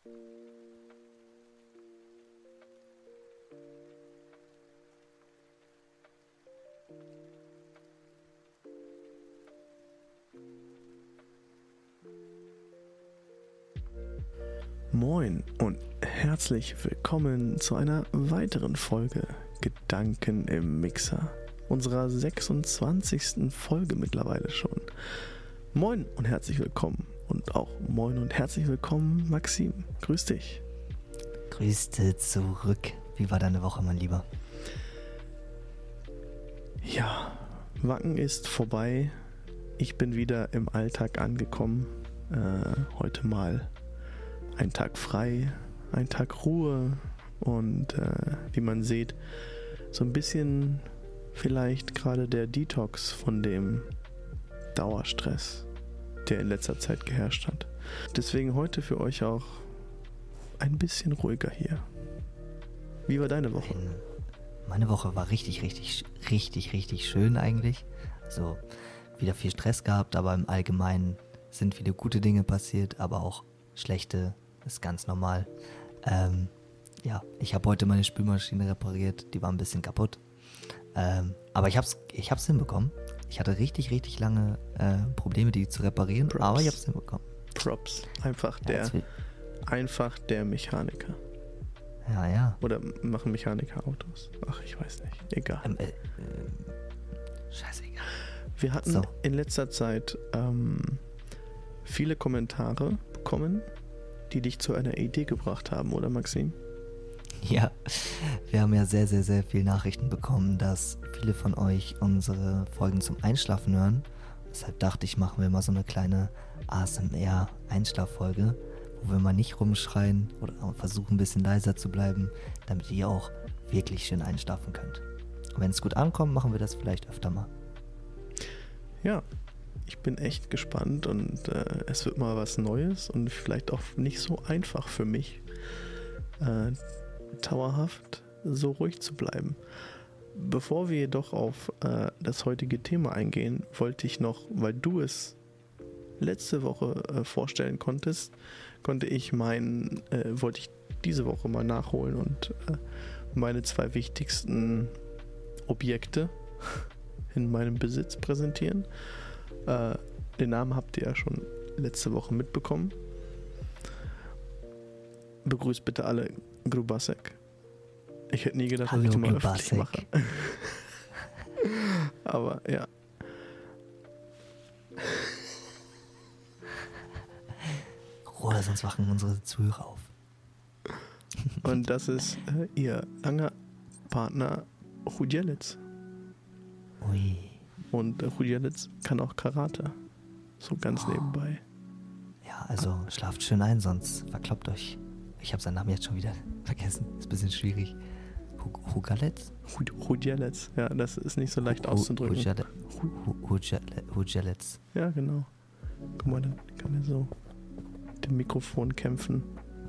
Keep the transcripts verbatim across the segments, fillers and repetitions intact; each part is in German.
Moin und herzlich willkommen zu einer weiteren Folge Gedanken im Mixer, unserer sechsundzwanzigsten Folge mittlerweile schon. Moin und herzlich willkommen und auch moin und herzlich willkommen Maxim, grüß dich. Grüße zurück. Wie war deine Woche, mein Lieber? Ja, Wacken ist vorbei. Ich bin wieder im Alltag angekommen. Äh, heute mal ein Tag frei, ein Tag Ruhe und äh, wie man sieht, so ein bisschen vielleicht gerade der Detox von dem Dauerstress, der in letzter Zeit geherrscht hat. Deswegen heute für euch auch ein bisschen ruhiger hier. Wie war deine Woche? Meine Woche war richtig, richtig, richtig, richtig schön eigentlich. Also wieder viel Stress gehabt, aber im Allgemeinen sind viele gute Dinge passiert, aber auch schlechte. Ist ganz normal. Ähm, ja, ich habe heute meine Spülmaschine repariert, die war ein bisschen kaputt. Ähm, aber ich hab's, ich hab's hinbekommen. Ich hatte richtig, richtig lange äh, Probleme, die zu reparieren, Props. aber ich hab's hinbekommen. Props. Einfach der, ja, einfach der Mechaniker. Ja, ja. Oder machen Mechaniker Autos? Ach, ich weiß nicht. Egal. Ähm, äh, äh, scheißegal. Wir hatten so. in letzter Zeit ähm, viele Kommentare bekommen, die dich zu einer Idee gebracht haben, oder Maxim? Ja, wir haben ja sehr, sehr, sehr viele Nachrichten bekommen, dass viele von euch unsere Folgen zum Einschlafen hören. Deshalb dachte ich, machen wir mal so eine kleine A S M R-Einschlaffolge, wo wir mal nicht rumschreien oder versuchen, ein bisschen leiser zu bleiben, damit ihr auch wirklich schön einschlafen könnt. Und wenn es gut ankommt, machen wir das vielleicht öfter mal. Ja, ich bin echt gespannt und äh, es wird mal was Neues und vielleicht auch nicht so einfach für mich, äh, dauerhaft so ruhig zu bleiben. Bevor wir jedoch auf äh, das heutige Thema eingehen, wollte ich noch, weil du es letzte Woche äh, vorstellen konntest, konnte ich mein, äh, wollte ich diese Woche mal nachholen und äh, meine zwei wichtigsten Objekte in meinem Besitz präsentieren. Uh, den Namen habt ihr ja schon letzte Woche mitbekommen. Begrüßt bitte alle Grubasek. Ich hätte nie gedacht, Hallo, dass ich das mal Grubasek. öffentlich mache. Aber ja. Ruhe, sonst wachen unsere Zuhörer auf. Und das ist äh, ihr langer Partner Hudjelitz. Ui. Und äh, Hudjelitz kann auch Karate. So ganz oh. nebenbei. Ja, also schlaft schön ein, sonst verkloppt euch. Ich habe seinen Namen jetzt schon wieder vergessen. Ist ein bisschen schwierig. Hudjelitz? Hudjelitz. Ja, das ist nicht so leicht auszudrücken. Hudjelitz. Ja, genau. Guck mal, dann kann er so mit dem Mikrofon kämpfen.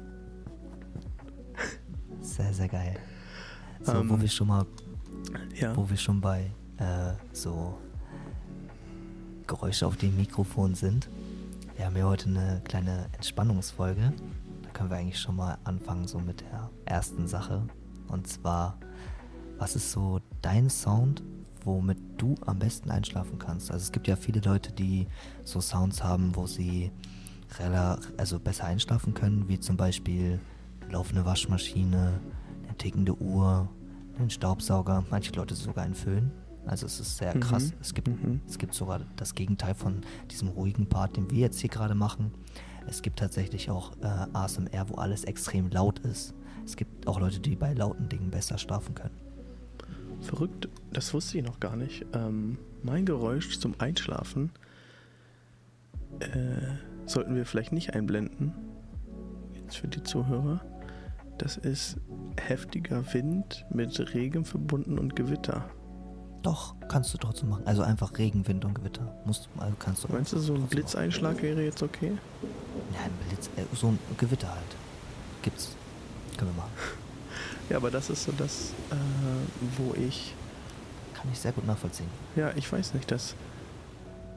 Sehr, sehr geil. So, um, wo wir schon mal, ja. wo wir schon bei äh, so Geräusche auf dem Mikrofon sind. Wir haben ja heute eine kleine Entspannungsfolge. Da können wir eigentlich schon mal anfangen so mit der ersten Sache. Und zwar, was ist so dein Sound, womit du am besten einschlafen kannst? Also es gibt ja viele Leute, die so Sounds haben, wo sie rela- also besser einschlafen können, wie zum Beispiel eine laufende Waschmaschine, eine tickende Uhr, einen Staubsauger, manche Leute sogar einen Föhn. Also es ist sehr krass. Mhm. Es gibt, mhm. es gibt sogar das Gegenteil von diesem ruhigen Part, den wir jetzt hier gerade machen. Es gibt tatsächlich auch äh, A S M R, wo alles extrem laut ist. Es gibt auch Leute, die bei lauten Dingen besser schlafen können. Verrückt, das wusste ich noch gar nicht. Ähm, mein Geräusch zum Einschlafen äh, sollten wir vielleicht nicht einblenden. Jetzt für die Zuhörer. Das ist heftiger Wind mit Regen verbunden und Gewitter. Doch, kannst du trotzdem machen. Also einfach Regen, Wind und Gewitter. Musst, also kannst du. Meinst du, so ein Blitzeinschlag machen. Wäre jetzt okay? Nein, Blitz, äh, so ein Gewitter halt. Gibt's. Können wir machen. Ja, aber das ist so das, äh, wo ich... Kann ich sehr gut nachvollziehen. Ja, ich weiß nicht, das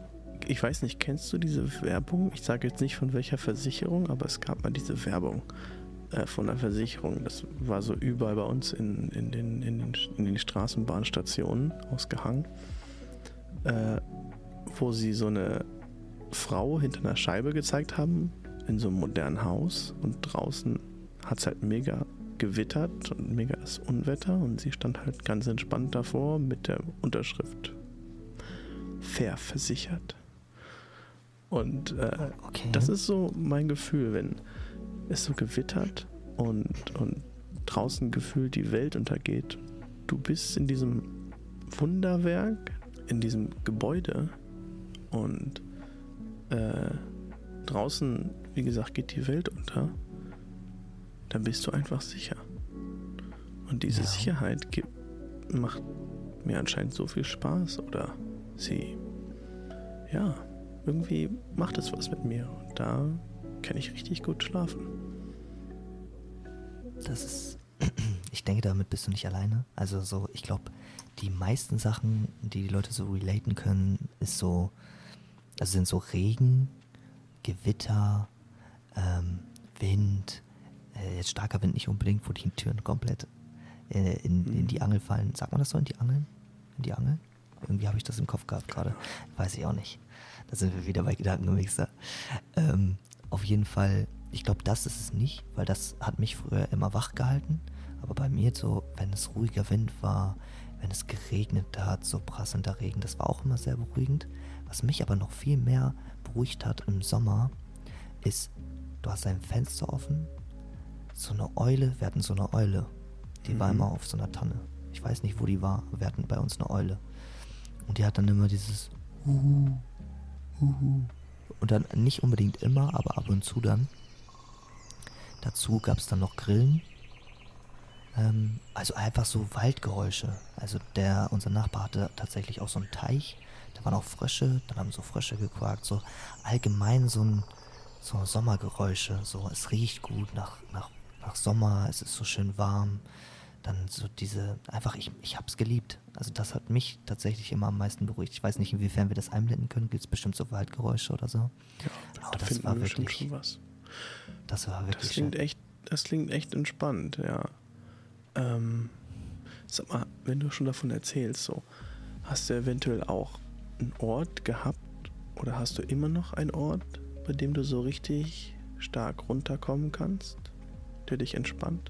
ich weiß nicht, kennst du diese Werbung? Ich sage jetzt nicht von welcher Versicherung, aber es gab mal diese Werbung äh, von einer Versicherung. Das war so überall bei uns in, in, den, in, den, in den Straßenbahnstationen ausgehangen, äh, wo sie so eine Frau hinter einer Scheibe gezeigt haben, in so einem modernen Haus, und draußen hat es halt mega gewittert und mega das Unwetter, und sie stand halt ganz entspannt davor mit der Unterschrift fair versichert. Und äh, Okay. das ist so mein Gefühl, wenn es so gewittert und, und draußen gefühlt die Welt untergeht. Du bist in diesem Wunderwerk, in diesem Gebäude, und äh, draußen, wie gesagt, geht die Welt unter. Dann bist du einfach sicher. Und diese Ja. Sicherheit gibt, macht mir anscheinend so viel Spaß, oder sie, ja, irgendwie macht es was mit mir, und da kann ich richtig gut schlafen. Das ist, ich denke, damit bist du nicht alleine. Also so, ich glaube, die meisten Sachen, die die Leute so relaten können, ist so, also sind so Regen, Gewitter, ähm, Wind, äh, jetzt starker Wind nicht unbedingt, wo die Türen komplett äh, in, in die Angel fallen. Sagt man das so, in die Angeln? In die Angel? Irgendwie habe ich das im Kopf gehabt gerade. Weiß ich auch nicht. Da sind wir wieder bei Gedankenmixer. Ähm, auf jeden Fall, ich glaube, das ist es nicht, weil das hat mich früher immer wach gehalten. Aber bei mir so, wenn es ruhiger Wind war, wenn es geregnet hat, so prasselnder Regen, das war auch immer sehr beruhigend. Was mich aber noch viel mehr beruhigt hat im Sommer, ist, du hast ein Fenster offen, so eine Eule, wir hatten so eine Eule, die mhm. war immer auf so einer Tanne. Ich weiß nicht, wo die war, aber wir hatten bei uns eine Eule. Und die hat dann immer dieses Huhu, Huhu. Und dann nicht unbedingt immer, aber ab und zu dann. Dazu gab es dann noch Grillen. Ähm, also einfach so Waldgeräusche. Also der, unser Nachbar hatte tatsächlich auch so einen Teich. Da waren auch Frösche, dann haben so Frösche gequakt. So allgemein so ein so Sommergeräusche. So, es riecht gut nach, nach, nach Sommer, es ist so schön warm. Dann so diese, einfach, ich, ich hab's geliebt. Also das hat mich tatsächlich immer am meisten beruhigt. Ich weiß nicht, inwiefern wir das einblenden können. Gibt es bestimmt so Waldgeräusche oder so? Ja, aber da das finden war wir bestimmt wirklich, schon was. Das war wirklich Das klingt schön. echt, das klingt echt entspannt, ja. Ähm, sag mal, wenn du schon davon erzählst, so, hast du eventuell auch einen Ort gehabt, oder hast du immer noch einen Ort, bei dem du so richtig stark runterkommen kannst, der dich entspannt?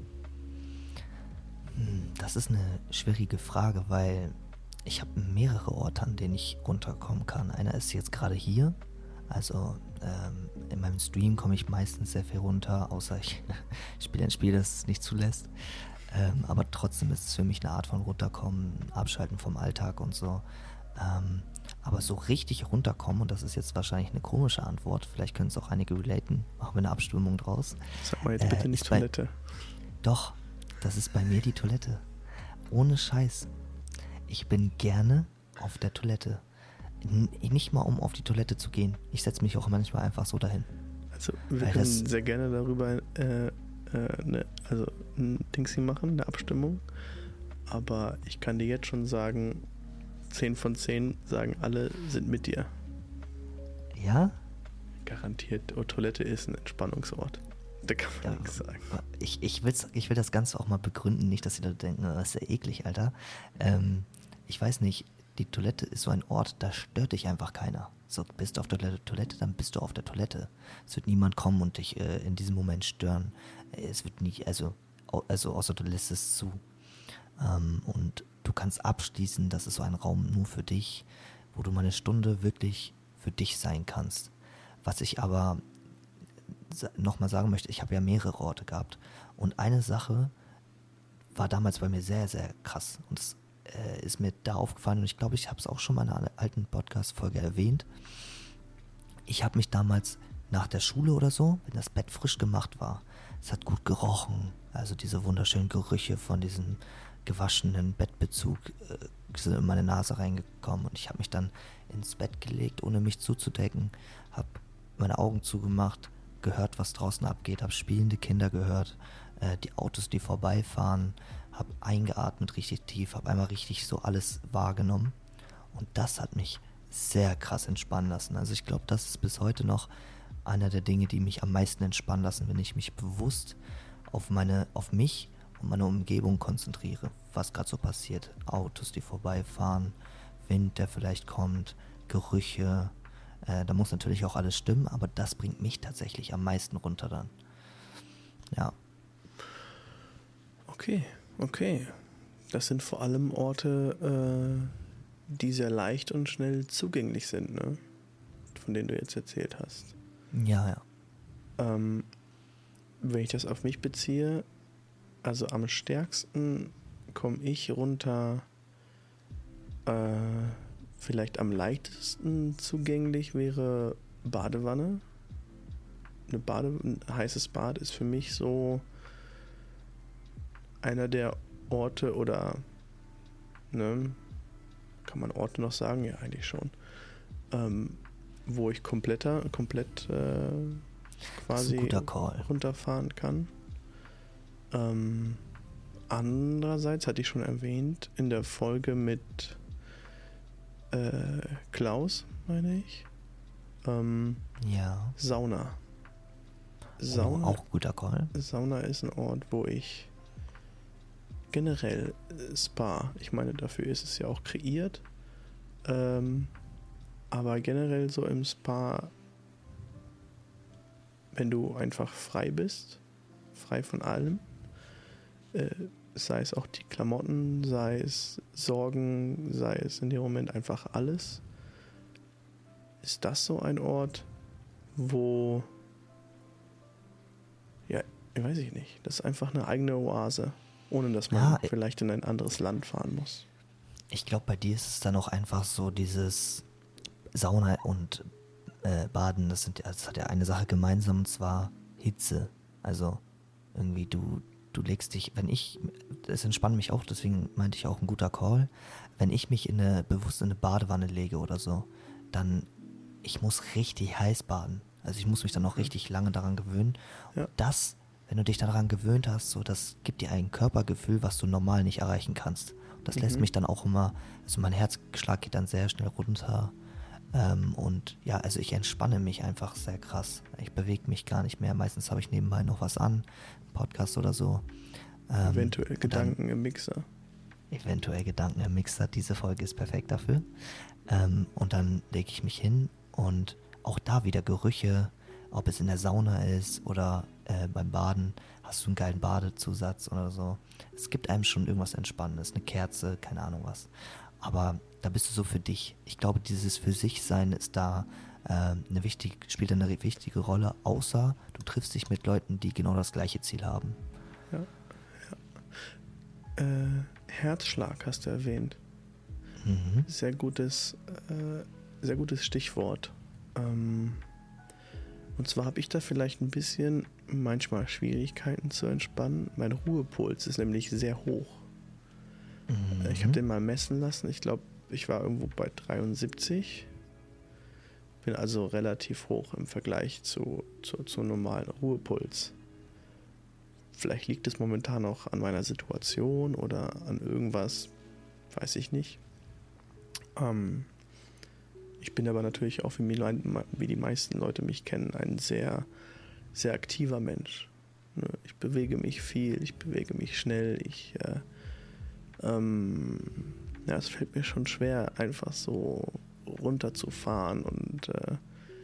Das ist eine schwierige Frage, weil ich habe mehrere Orte, an denen ich runterkommen kann. Einer ist jetzt gerade hier. Also ähm, in meinem Stream komme ich meistens sehr viel runter, außer ich spiele ein Spiel, das es nicht zulässt. Ähm, aber trotzdem ist es für mich eine Art von runterkommen, abschalten vom Alltag und so. Ähm, aber so richtig runterkommen, und das ist jetzt wahrscheinlich eine komische Antwort, vielleicht können es auch einige relaten, machen wir eine Abstimmung draus. Sag mal jetzt bitte äh, nicht bei, Toilette. Doch, das ist bei mir die Toilette. Ohne Scheiß. Ich bin gerne auf der Toilette. N- nicht mal, um auf die Toilette zu gehen. Ich setze mich auch manchmal einfach so dahin. Also wir Weil können das- sehr gerne darüber äh, äh, ne, also ein Dingsi machen, eine Abstimmung. Aber ich kann dir jetzt schon sagen, zehn von zehn sagen alle sind mit dir. Ja? Garantiert, oh, Toilette ist ein Entspannungsort. Da kann man Ja, nichts sagen. Ich, ich, will's, ich will das Ganze auch mal begründen, nicht, dass die Leute denken, das ist ja eklig, Alter. Ähm, ich weiß nicht, die Toilette ist so ein Ort, da stört dich einfach keiner. So, bist du auf der Toilette, dann bist du auf der Toilette. Es wird niemand kommen und dich äh, in diesem Moment stören. Es wird nicht, also, also außer du lässt es zu. Ähm, und du kannst abschließen, das ist so ein Raum nur für dich, wo du mal eine Stunde wirklich für dich sein kannst. Was ich aber nochmal sagen möchte, ich habe ja mehrere Orte gehabt. Und eine Sache war damals bei mir sehr, sehr krass. Und es äh, ist mir da aufgefallen, und ich glaube, ich habe es auch schon mal in einer alten Podcast-Folge erwähnt. Ich habe mich damals nach der Schule oder so, wenn das Bett frisch gemacht war, es hat gut gerochen. Also diese wunderschönen Gerüche von diesem gewaschenen Bettbezug äh, sind in meine Nase reingekommen. Und ich habe mich dann ins Bett gelegt, ohne mich zuzudecken, habe meine Augen zugemacht, gehört, was draußen abgeht, habe spielende Kinder gehört, äh, die Autos, die vorbeifahren, habe eingeatmet richtig tief, habe einmal richtig so alles wahrgenommen, und das hat mich sehr krass entspannen lassen. Also ich glaube, das ist bis heute noch einer der Dinge, die mich am meisten entspannen lassen, wenn ich mich bewusst auf meine, auf mich und meine Umgebung konzentriere, was gerade so passiert. Autos, die vorbeifahren, Wind, der vielleicht kommt, Gerüche. Äh, da muss natürlich auch alles stimmen, aber das bringt mich tatsächlich am meisten runter dann. Ja. Okay, okay. Das sind vor allem Orte, äh, die sehr leicht und schnell zugänglich sind, ne? Von denen du jetzt erzählt hast. Ja, ja. Ähm, wenn ich das auf mich beziehe, also am stärksten komme ich runter, äh, vielleicht am leichtesten zugänglich wäre Badewanne. Eine Bade, ein heißes Bad ist für mich so einer der Orte oder, ne, kann man Orte noch sagen? Ja, eigentlich schon. Ähm, wo ich kompletter, komplett äh, quasi runterfahren kann. Ähm, andererseits hatte ich schon erwähnt, in der Folge mit äh, Klaus, meine ich, ähm, ja. Sauna. Sauna. Oh, auch guter Call. Sauna ist ein Ort, wo ich generell äh, Spa, ich meine, dafür ist es ja auch kreiert, ähm, aber generell so im Spa, wenn du einfach frei bist, frei von allem, äh, sei es auch die Klamotten, sei es Sorgen, sei es in dem Moment einfach alles, ist das so ein Ort, wo, ja, weiß ich nicht, das ist einfach eine eigene Oase, ohne dass man Ja, vielleicht in ein anderes Land fahren muss. Ich glaube, bei dir ist es dann auch einfach so dieses Sauna und äh, Baden, das, sind, das hat ja eine Sache gemeinsam, und zwar Hitze. Also irgendwie du, du legst dich, wenn ich, es entspannt mich auch, deswegen meinte ich auch ein guter Call, wenn ich mich in eine, bewusst in eine Badewanne lege oder so, dann, ich muss richtig heiß baden. Also ich muss mich dann auch richtig lange daran gewöhnen. Ja. Das, wenn du dich daran gewöhnt hast, so, das gibt dir ein Körpergefühl, was du normal nicht erreichen kannst. Und das mhm. lässt mich dann auch immer, also mein Herzschlag geht dann sehr schnell runter. Ähm, und ja, also ich entspanne mich einfach sehr krass. Ich bewege mich gar nicht mehr. Meistens habe ich nebenbei noch was an, Podcast oder so. Ähm, eventuell Gedanken dann, im Mixer. Eventuell Gedanken im Mixer. Diese Folge ist perfekt dafür. Ähm, und dann lege ich mich hin und auch da wieder Gerüche, ob es in der Sauna ist oder äh, beim Baden, hast du einen geilen Badezusatz oder so. Es gibt einem schon irgendwas Entspannendes, eine Kerze, keine Ahnung was. Aber da bist du so für dich. Ich glaube, dieses für sich sein ist da äh, eine wichtige, spielt eine wichtige Rolle, außer du triffst dich mit Leuten, die genau das gleiche Ziel haben. Ja, ja. Äh, Herzschlag hast du erwähnt. Mhm. Sehr gutes, äh, sehr gutes Stichwort. Ähm, und zwar habe ich da vielleicht ein bisschen manchmal Schwierigkeiten zu entspannen. Mein Ruhepuls ist nämlich sehr hoch. Mhm. Ich habe den mal messen lassen. Ich glaube, ich war irgendwo bei dreiundsiebzig. Bin also relativ hoch im Vergleich zu, zu, zu normalen Ruhepuls. Vielleicht liegt es momentan auch an meiner Situation oder an irgendwas, weiß ich nicht. Ähm, ich bin aber natürlich auch, wie, wie die meisten Leute mich kennen, ein sehr, sehr aktiver Mensch. Ich bewege mich viel, ich bewege mich schnell, ich äh, ähm, ja, es fällt mir schon schwer, einfach so runterzufahren und äh,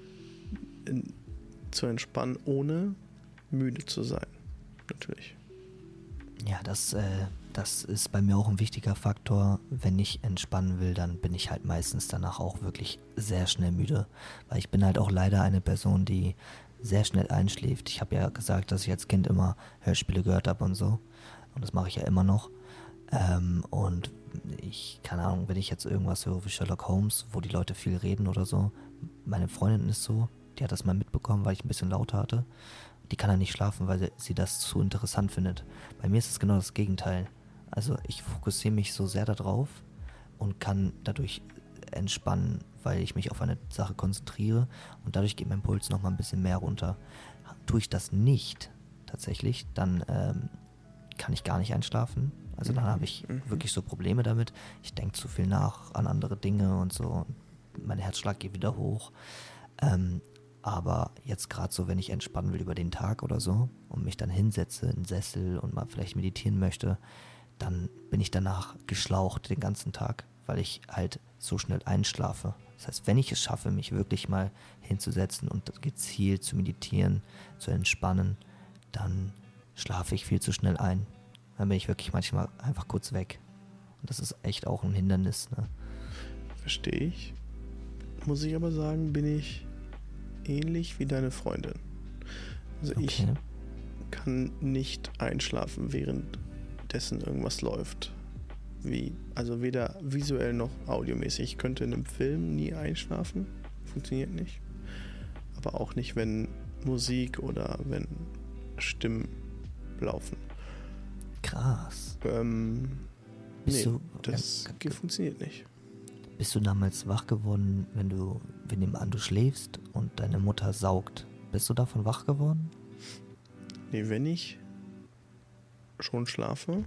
in, zu entspannen, ohne müde zu sein. Natürlich. Ja, das, äh, das ist bei mir auch ein wichtiger Faktor. Wenn ich entspannen will, dann bin ich halt meistens danach auch wirklich sehr schnell müde. Weil ich bin halt auch leider eine Person, die sehr schnell einschläft. Ich habe ja gesagt, dass ich als Kind immer Hörspiele gehört habe und so. Und das mache ich ja immer noch. Ähm, und ich, keine Ahnung, wenn ich jetzt irgendwas höre wie Sherlock Holmes, wo die Leute viel reden oder so, meine Freundin ist so, die hat das mal mitbekommen, weil ich ein bisschen lauter hatte. Die kann ja nicht schlafen, weil sie das zu interessant findet. Bei mir ist es genau das Gegenteil. Also ich fokussiere mich so sehr darauf und kann dadurch entspannen, weil ich mich auf eine Sache konzentriere und dadurch geht mein Puls nochmal ein bisschen mehr runter. Tue ich das nicht tatsächlich, dann ähm, kann ich gar nicht einschlafen. Also dann habe ich wirklich so Probleme damit. Ich denke zu viel nach an andere Dinge und so. mein Herzschlag geht wieder hoch. Ähm, aber jetzt gerade so, wenn ich entspannen will über den Tag oder so und mich dann hinsetze in den Sessel und mal vielleicht meditieren möchte, dann bin ich danach geschlaucht den ganzen Tag, weil ich halt so schnell einschlafe. Das heißt, wenn ich es schaffe, mich wirklich mal hinzusetzen und gezielt zu meditieren, zu entspannen, dann schlafe ich viel zu schnell ein. Dann bin ich wirklich manchmal einfach kurz weg. Und das ist echt auch ein Hindernis. Ne? Verstehe ich. Muss ich aber sagen, bin ich ähnlich wie deine Freundin. Also okay. Ich kann nicht einschlafen, währenddessen irgendwas läuft. Wie, also weder visuell noch audiomäßig. Ich könnte in einem Film nie einschlafen. Funktioniert nicht. Aber auch nicht, wenn Musik oder wenn Stimmen laufen. Krass. Ähm, nee, du, das ja, funktioniert nicht. Bist du damals wach geworden, wenn du, wir nehmen an, du schläfst und deine Mutter saugt? Bist du davon wach geworden? Nee, wenn ich schon schlafe,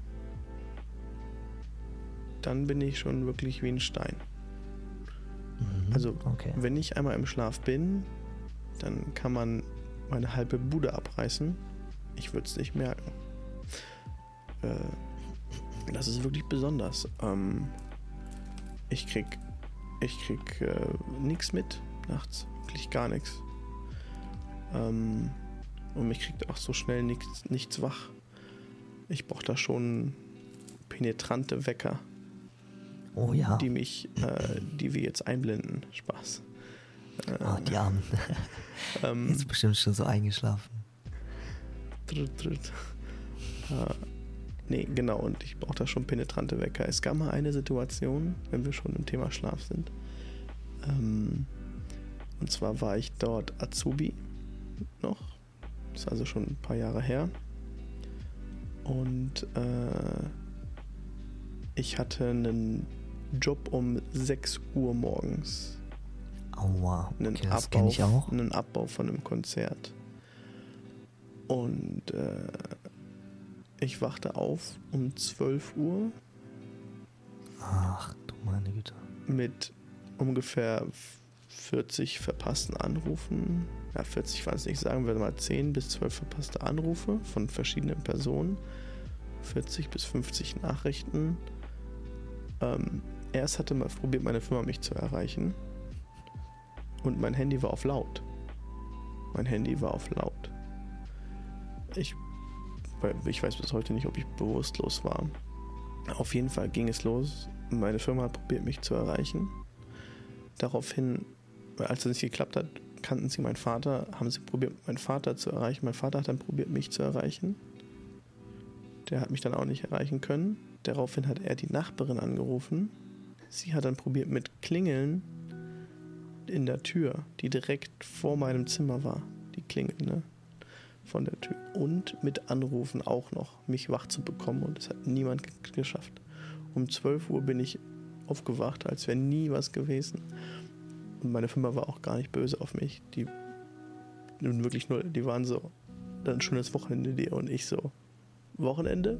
dann bin ich schon wirklich wie ein Stein. Mhm, also, okay. Wenn ich einmal im Schlaf bin, dann kann man meine halbe Bude abreißen. Ich würde es nicht merken. Äh, das ist wirklich besonders. Ähm, ich krieg, ich krieg äh, nichts mit nachts. Wirklich gar nichts. Ähm, und mich kriegt auch so schnell nichts, nichts wach. Ich brauche da schon penetrante Wecker. Oh ja. Die mich, äh, die wir jetzt einblenden. Spaß. Äh, oh, die Armen. ähm, jetzt bestimmt schon so eingeschlafen. Dritt, dritt. Äh, nee, genau. Und ich brauche da schon penetrante Wecker. Es gab mal eine Situation, wenn wir schon im Thema Schlaf sind. Ähm, und zwar war ich dort Azubi noch. Das ist also schon ein paar Jahre her. Und äh, ich hatte einen Job um sechs Uhr morgens. Aua, okay, einen das Abbau, kenne ich auch. Einen Abbau von einem Konzert. Und äh, ich wachte auf um zwölf Uhr. Ach du meine Güte. Mit ungefähr vierzig verpassten Anrufen. Ja, vierzig waren es nicht, sagen wir mal zehn bis zwölf verpasste Anrufe von verschiedenen Personen. vierzig bis fünfzig Nachrichten. Ähm, erst hatte mal probiert, meine Firma mich zu erreichen. Und mein Handy war auf laut. Mein Handy war auf laut. Ich, ich weiß bis heute nicht, ob ich bewusstlos war. Auf jeden Fall ging es los. Meine Firma hat probiert, mich zu erreichen. Daraufhin, als es nicht geklappt hat, kannten sie meinen Vater, haben sie probiert, meinen Vater zu erreichen. Mein Vater hat dann probiert, mich zu erreichen. Der hat mich dann auch nicht erreichen können. Daraufhin hat er die Nachbarin angerufen. Sie hat dann probiert mit Klingeln in der Tür, die direkt vor meinem Zimmer war. Die Klingel, ne? Von der Tür. Und mit Anrufen auch noch, mich wach zu bekommen. Und das hat niemand g- geschafft. Um zwölf Uhr bin ich aufgewacht, als wäre nie was gewesen. Und meine Firma war auch gar nicht böse auf mich. Die nun wirklich null. Die waren so, dann schönes Wochenende dir. Und ich so, Wochenende?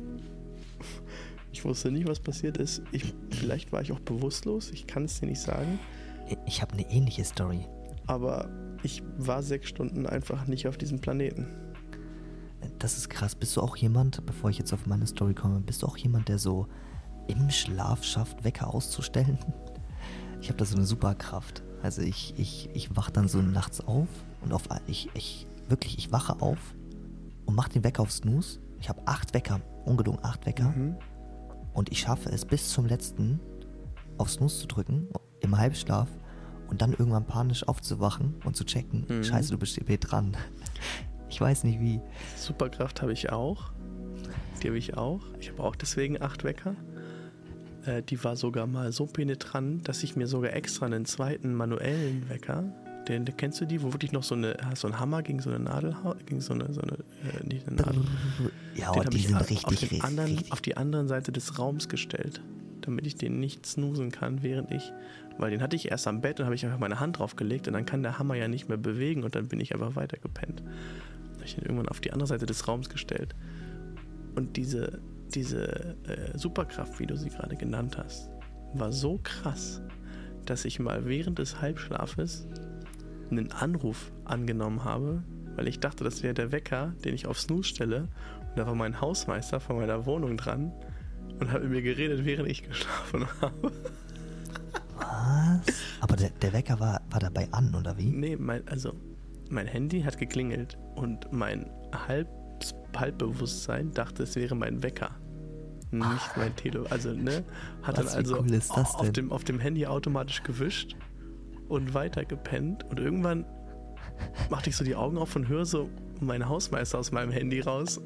Ich wusste nicht, was passiert ist. Ich, vielleicht war ich auch bewusstlos. Ich kann es dir nicht sagen. Ich habe eine ähnliche Story. Aber ich war sechs Stunden einfach nicht auf diesem Planeten. Das ist krass. Bist du auch jemand, bevor ich jetzt auf meine Story komme, bist du auch jemand, der so im Schlaf schafft, Wecker auszustellen? Ich habe da so eine Superkraft. Also ich, ich, ich wache dann so nachts auf und auf ich, ich wirklich, ich wache auf und mache den Wecker auf Snooze. Ich habe acht Wecker, ungelogen acht Wecker. Mhm. Und ich schaffe es bis zum letzten auf Snooze zu drücken, im Halbschlaf, und dann irgendwann panisch aufzuwachen und zu checken, mhm. Scheiße, du bist spät dran. Ich weiß nicht wie. Superkraft habe ich auch. Die habe ich auch. Ich habe auch deswegen acht Wecker. Äh, die war sogar mal so penetrant, dass ich mir sogar extra einen zweiten manuellen Wecker, den, den kennst du die, wo wirklich noch so eine, so ein Hammer gegen so eine Nadel, gegen so eine, so eine äh, nicht eine Nadel. Ja, den die sind richtig, auf, den richtig, anderen, richtig. auf die andere Seite des Raums gestellt, damit ich den nicht snoosen kann, während ich, weil den hatte ich erst am Bett und habe ich einfach meine Hand drauf gelegt und dann kann der Hammer ja nicht mehr bewegen und dann bin ich einfach weiter gepennt. Dann habe ich den irgendwann auf die andere Seite des Raums gestellt. Und diese, diese äh, Superkraft, wie du sie gerade genannt hast, war so krass, dass ich mal während des Halbschlafes einen Anruf angenommen habe, weil ich dachte, das wäre der Wecker, den ich auf Snooze stelle. Und da war mein Hausmeister von meiner Wohnung dran und hat mit mir geredet, während ich geschlafen habe. Was? Aber der, der Wecker war, war dabei an, oder wie? Nee, mein, also mein Handy hat geklingelt und mein Halb, Halbbewusstsein dachte, es wäre mein Wecker. Nicht Ach. mein Telefon. Also, ne? Hat Was, dann also wie cool ist das auf, denn? dem, auf dem Handy automatisch gewischt und weiter gepennt. Und irgendwann machte ich so die Augen auf und höre so meinen Hausmeister aus meinem Handy raus.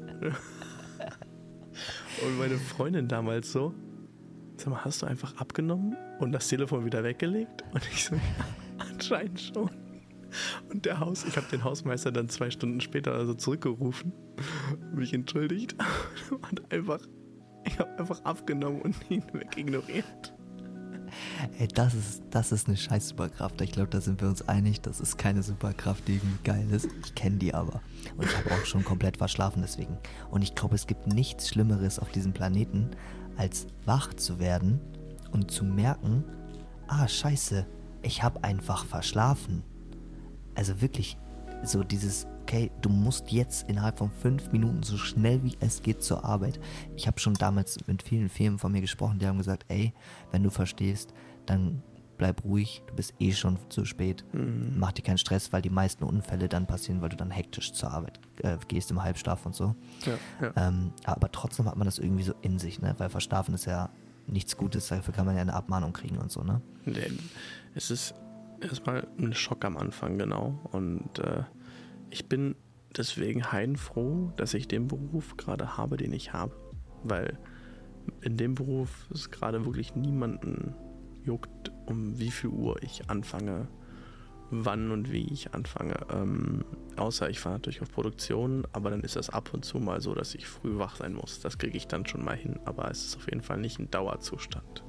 Und meine Freundin damals so: Sag mal, hast du einfach abgenommen und das Telefon wieder weggelegt? Und ich so: Ja, anscheinend schon. Und der Haus, ich habe den Hausmeister dann zwei Stunden später also zurückgerufen, mich entschuldigt und einfach, ich habe einfach abgenommen und ihn wegignoriert. Ey, das ist, das ist eine scheiß Superkraft. Ich glaube, da sind wir uns einig, das ist keine Superkraft, die irgendwie geil ist. Ich kenne die aber. Und ich habe auch schon komplett verschlafen deswegen. Und ich glaube, es gibt nichts Schlimmeres auf diesem Planeten, als wach zu werden und zu merken, ah, scheiße, ich habe einfach verschlafen. Also wirklich, so dieses, okay, du musst jetzt innerhalb von fünf Minuten so schnell wie es geht zur Arbeit. Ich habe schon damals mit vielen Firmen von mir gesprochen, die haben gesagt, ey, wenn du verstehst, dann bleib ruhig, du bist eh schon zu spät. Mhm. Mach dir keinen Stress, weil die meisten Unfälle dann passieren, weil du dann hektisch zur Arbeit äh, gehst im Halbschlaf und so. Ja, ja. Ähm, aber trotzdem hat man das irgendwie so in sich, ne? Weil Verschlafen ist ja nichts Gutes, dafür kann man ja eine Abmahnung kriegen und so, ne? Es ist erstmal ein Schock am Anfang, genau. Und äh, ich bin deswegen heilfroh, dass ich den Beruf gerade habe, den ich habe. Weil in dem Beruf es gerade wirklich niemanden juckt, um wie viel Uhr ich anfange, wann und wie ich anfange. Ähm, außer ich fahre natürlich auf Produktion, aber dann ist das ab und zu mal so, dass ich früh wach sein muss. Das kriege ich dann schon mal hin, aber es ist auf jeden Fall nicht ein Dauerzustand.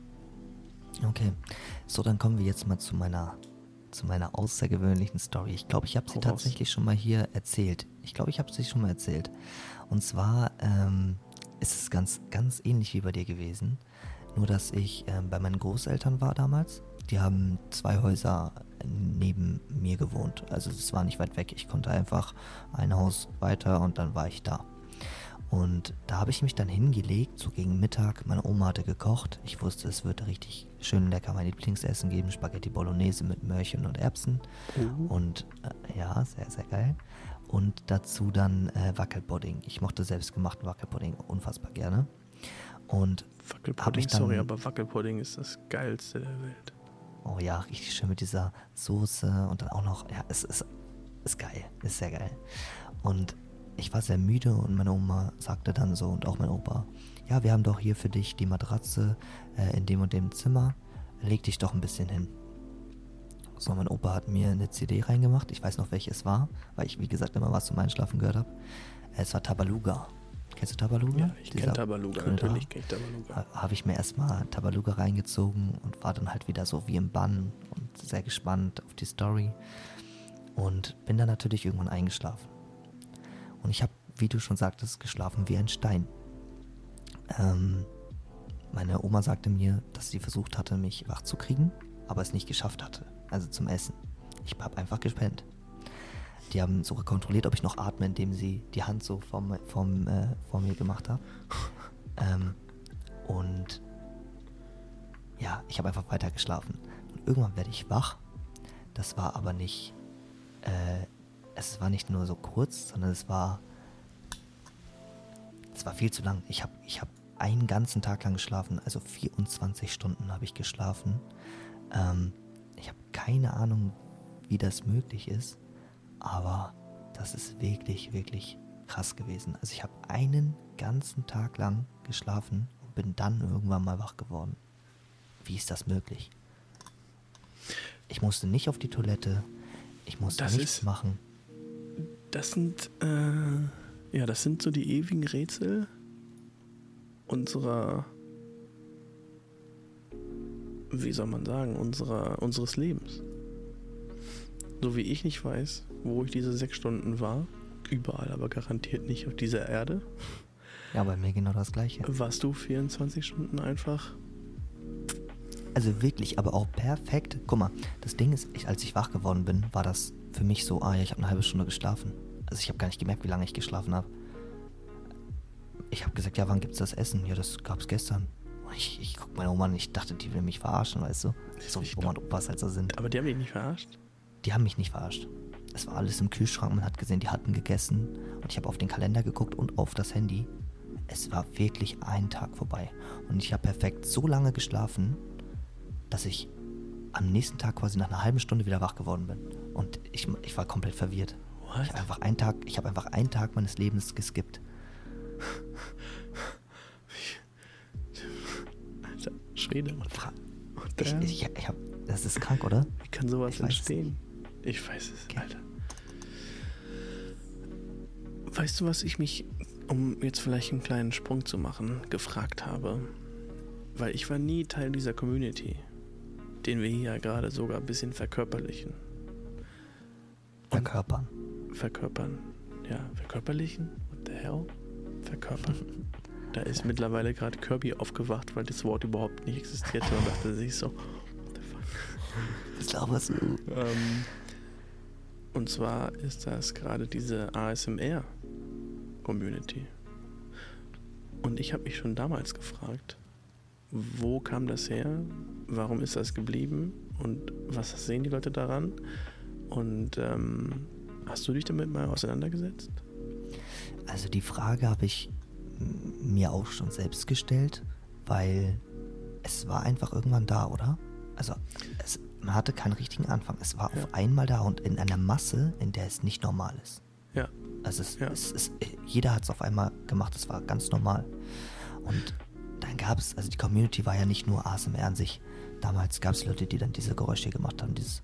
Okay, so dann kommen wir jetzt mal zu meiner, zu meiner außergewöhnlichen Story. Ich glaube, ich habe sie Voraus. tatsächlich schon mal hier erzählt. Ich glaube, ich habe sie schon mal erzählt. Und zwar ähm, ist es ganz, ganz ähnlich wie bei dir gewesen. Nur, dass ich ähm, bei meinen Großeltern war damals. Die haben zwei Häuser neben mir gewohnt. Also es war nicht weit weg. Ich konnte einfach ein Haus weiter und dann war ich da. Und da habe ich mich dann hingelegt, so gegen Mittag. Meine Oma hatte gekocht. Ich wusste, es wird richtig schön lecker mein Lieblingsessen geben. Spaghetti Bolognese mit Möhrchen und Erbsen. Uh. Und äh, ja, sehr, sehr geil. Und dazu dann äh, Wackelpudding. Ich mochte selbstgemachten Wackelpudding unfassbar gerne. Und Wackelpudding, dann, sorry, aber Wackelpudding ist das Geilste der Welt. Oh ja, richtig schön mit dieser Soße und dann auch noch, ja, es ist, ist geil, ist sehr geil. Und ich war sehr müde und meine Oma sagte dann so und auch mein Opa, ja, wir haben doch hier für dich die Matratze äh, in dem und dem Zimmer, leg dich doch ein bisschen hin. So, mein Opa hat mir eine C D reingemacht, ich weiß noch, welche es war, weil ich, wie gesagt, immer was zum Einschlafen gehört habe. Es war Tabaluga. Kennst du Tabaluga? Ja, ich kenne Tabaluga, natürlich kenne ich Tabaluga. Habe ich mir erstmal Tabaluga reingezogen und war dann halt wieder so wie im Bann und sehr gespannt auf die Story. Und bin dann natürlich irgendwann eingeschlafen. Und ich habe, wie du schon sagtest, geschlafen wie ein Stein. Ähm, meine Oma sagte mir, dass sie versucht hatte, mich wach zu kriegen, aber es nicht geschafft hatte. Also zum Essen. Ich habe einfach gepennt. Die haben sogar kontrolliert, ob ich noch atme, indem sie die Hand so vom, vom, äh, vor mir gemacht haben. ähm, und ja, ich habe einfach weiter geschlafen. Und irgendwann werde ich wach. Das war aber nicht, äh, es war nicht nur so kurz, sondern es war, es war viel zu lang. Ich habe ich hab einen ganzen Tag lang geschlafen, also vierundzwanzig Stunden habe ich geschlafen. Ähm, ich habe keine Ahnung, wie das möglich ist. Aber das ist wirklich, wirklich krass gewesen. Also ich habe einen ganzen Tag lang geschlafen und bin dann irgendwann mal wach geworden. Wie ist das möglich? Ich musste nicht auf die Toilette. Ich musste das nichts ist, machen. Das sind, äh, ja, das sind so die ewigen Rätsel unserer, wie soll man sagen, unserer, unseres Lebens. So wie ich nicht weiß, wo ich diese sechs Stunden war, überall, aber garantiert nicht auf dieser Erde. Ja, bei mir genau das Gleiche. Warst du vierundzwanzig Stunden einfach also wirklich, aber auch perfekt. Guck mal, das Ding ist, ich, als ich wach geworden bin, war das für mich so, ah ja, ich habe eine halbe Stunde geschlafen. Also ich habe gar nicht gemerkt, wie lange ich geschlafen habe. Ich habe gesagt, ja, wann gibt's das Essen? Ja, das gab's gestern. Ich, ich guck meine Oma an, ich dachte, die will mich verarschen, weißt du? So wie Oma und Opas halt so sind. Aber die haben dich nicht verarscht? Die haben mich nicht verarscht. Es war alles im Kühlschrank, man hat gesehen, die hatten gegessen. Und ich habe auf den Kalender geguckt und auf das Handy. Es war wirklich ein Tag vorbei. Und ich habe perfekt so lange geschlafen, dass ich am nächsten Tag quasi nach einer halben Stunde wieder wach geworden bin. Und ich, ich war komplett verwirrt. What? Ich habe einfach einen Tag, ich habe einfach einen Tag meines Lebens geskippt. Alter, Schwede. Ich, ich, ich, ich hab, das ist krank, oder? Wie kann sowas ich entstehen? Ich weiß es, okay. Alter. Weißt du, was ich mich, um jetzt vielleicht einen kleinen Sprung zu machen, gefragt habe? Weil ich war nie Teil dieser Community, den wir hier gerade sogar ein bisschen verkörperlichen. Verkörpern. Verkörpern. Ja, verkörperlichen? What the hell? Verkörpern. Da ist mittlerweile gerade Kirby aufgewacht, weil das Wort überhaupt nicht existierte und dachte sich so, what the fuck? Was laberst du? Ähm, und zwar ist das gerade diese A S M R-Community. Und ich habe mich schon damals gefragt, wo kam das her? Warum ist das geblieben? Und was sehen die Leute daran? Und ähm, hast du dich damit mal auseinandergesetzt? Also die Frage habe ich mir auch schon selbst gestellt, weil es war einfach irgendwann da, oder? Also es, man hatte keinen richtigen Anfang. Es war ja. auf einmal da und in einer Masse, in der es nicht normal ist. Ja. Also es, ja. es, es, jeder hat es auf einmal gemacht, es war ganz normal. Und dann gab es, also die Community war ja nicht nur A S M R an sich. Damals gab es Leute, die dann diese Geräusche gemacht haben, dieses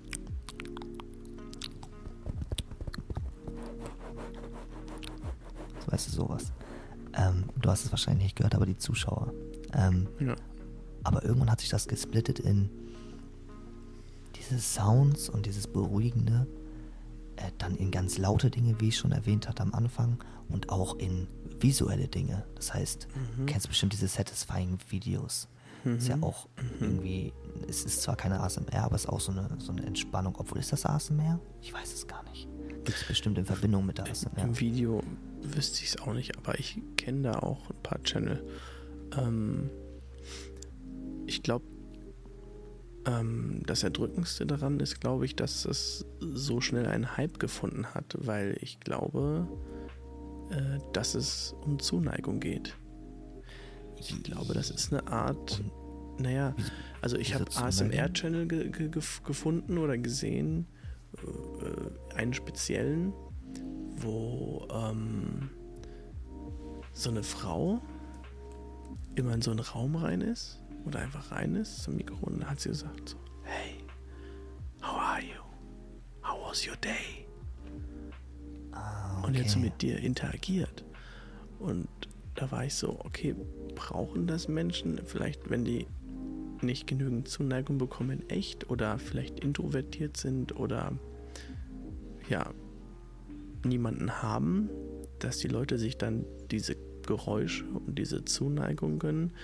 weißt du, sowas. Ähm, du hast es wahrscheinlich nicht gehört, aber die Zuschauer. Ähm, ja. Aber irgendwann hat sich das gesplittet in diese Sounds und dieses Beruhigende, äh, dann in ganz laute Dinge, wie ich schon erwähnt hatte am Anfang, und auch in visuelle Dinge. Das heißt, mhm. du kennst bestimmt diese Satisfying Videos. Mhm. Ist ja auch mhm. irgendwie, es ist zwar keine A S M R, aber es ist auch so eine, so eine Entspannung. Obwohl, ist das A S M R? Ich weiß es gar nicht. Gibt es bestimmt in Verbindung mit der A S M R. Im Video wüsste ich es auch nicht, aber ich kenne da auch ein paar Channel. Ähm, ich glaube, ähm, das Erdrückendste daran ist, glaube ich, dass es so schnell einen Hype gefunden hat, weil ich glaube, äh, dass es um Zuneigung geht. Ich glaube, das ist eine Art, naja, also ich habe A S M R-Channel ge- ge- gefunden oder gesehen, äh, einen speziellen, wo ähm, so eine Frau immer in so einen Raum rein ist oder einfach rein ist zum Mikro und dann hat sie gesagt so, hey, how are you? How was your day? Ah, okay. Und jetzt so mit dir interagiert. Und da war ich so, okay, brauchen das Menschen vielleicht, wenn die nicht genügend Zuneigung bekommen, echt oder vielleicht introvertiert sind oder ja, niemanden haben, dass die Leute sich dann diese Geräusche und diese Zuneigung gönnen.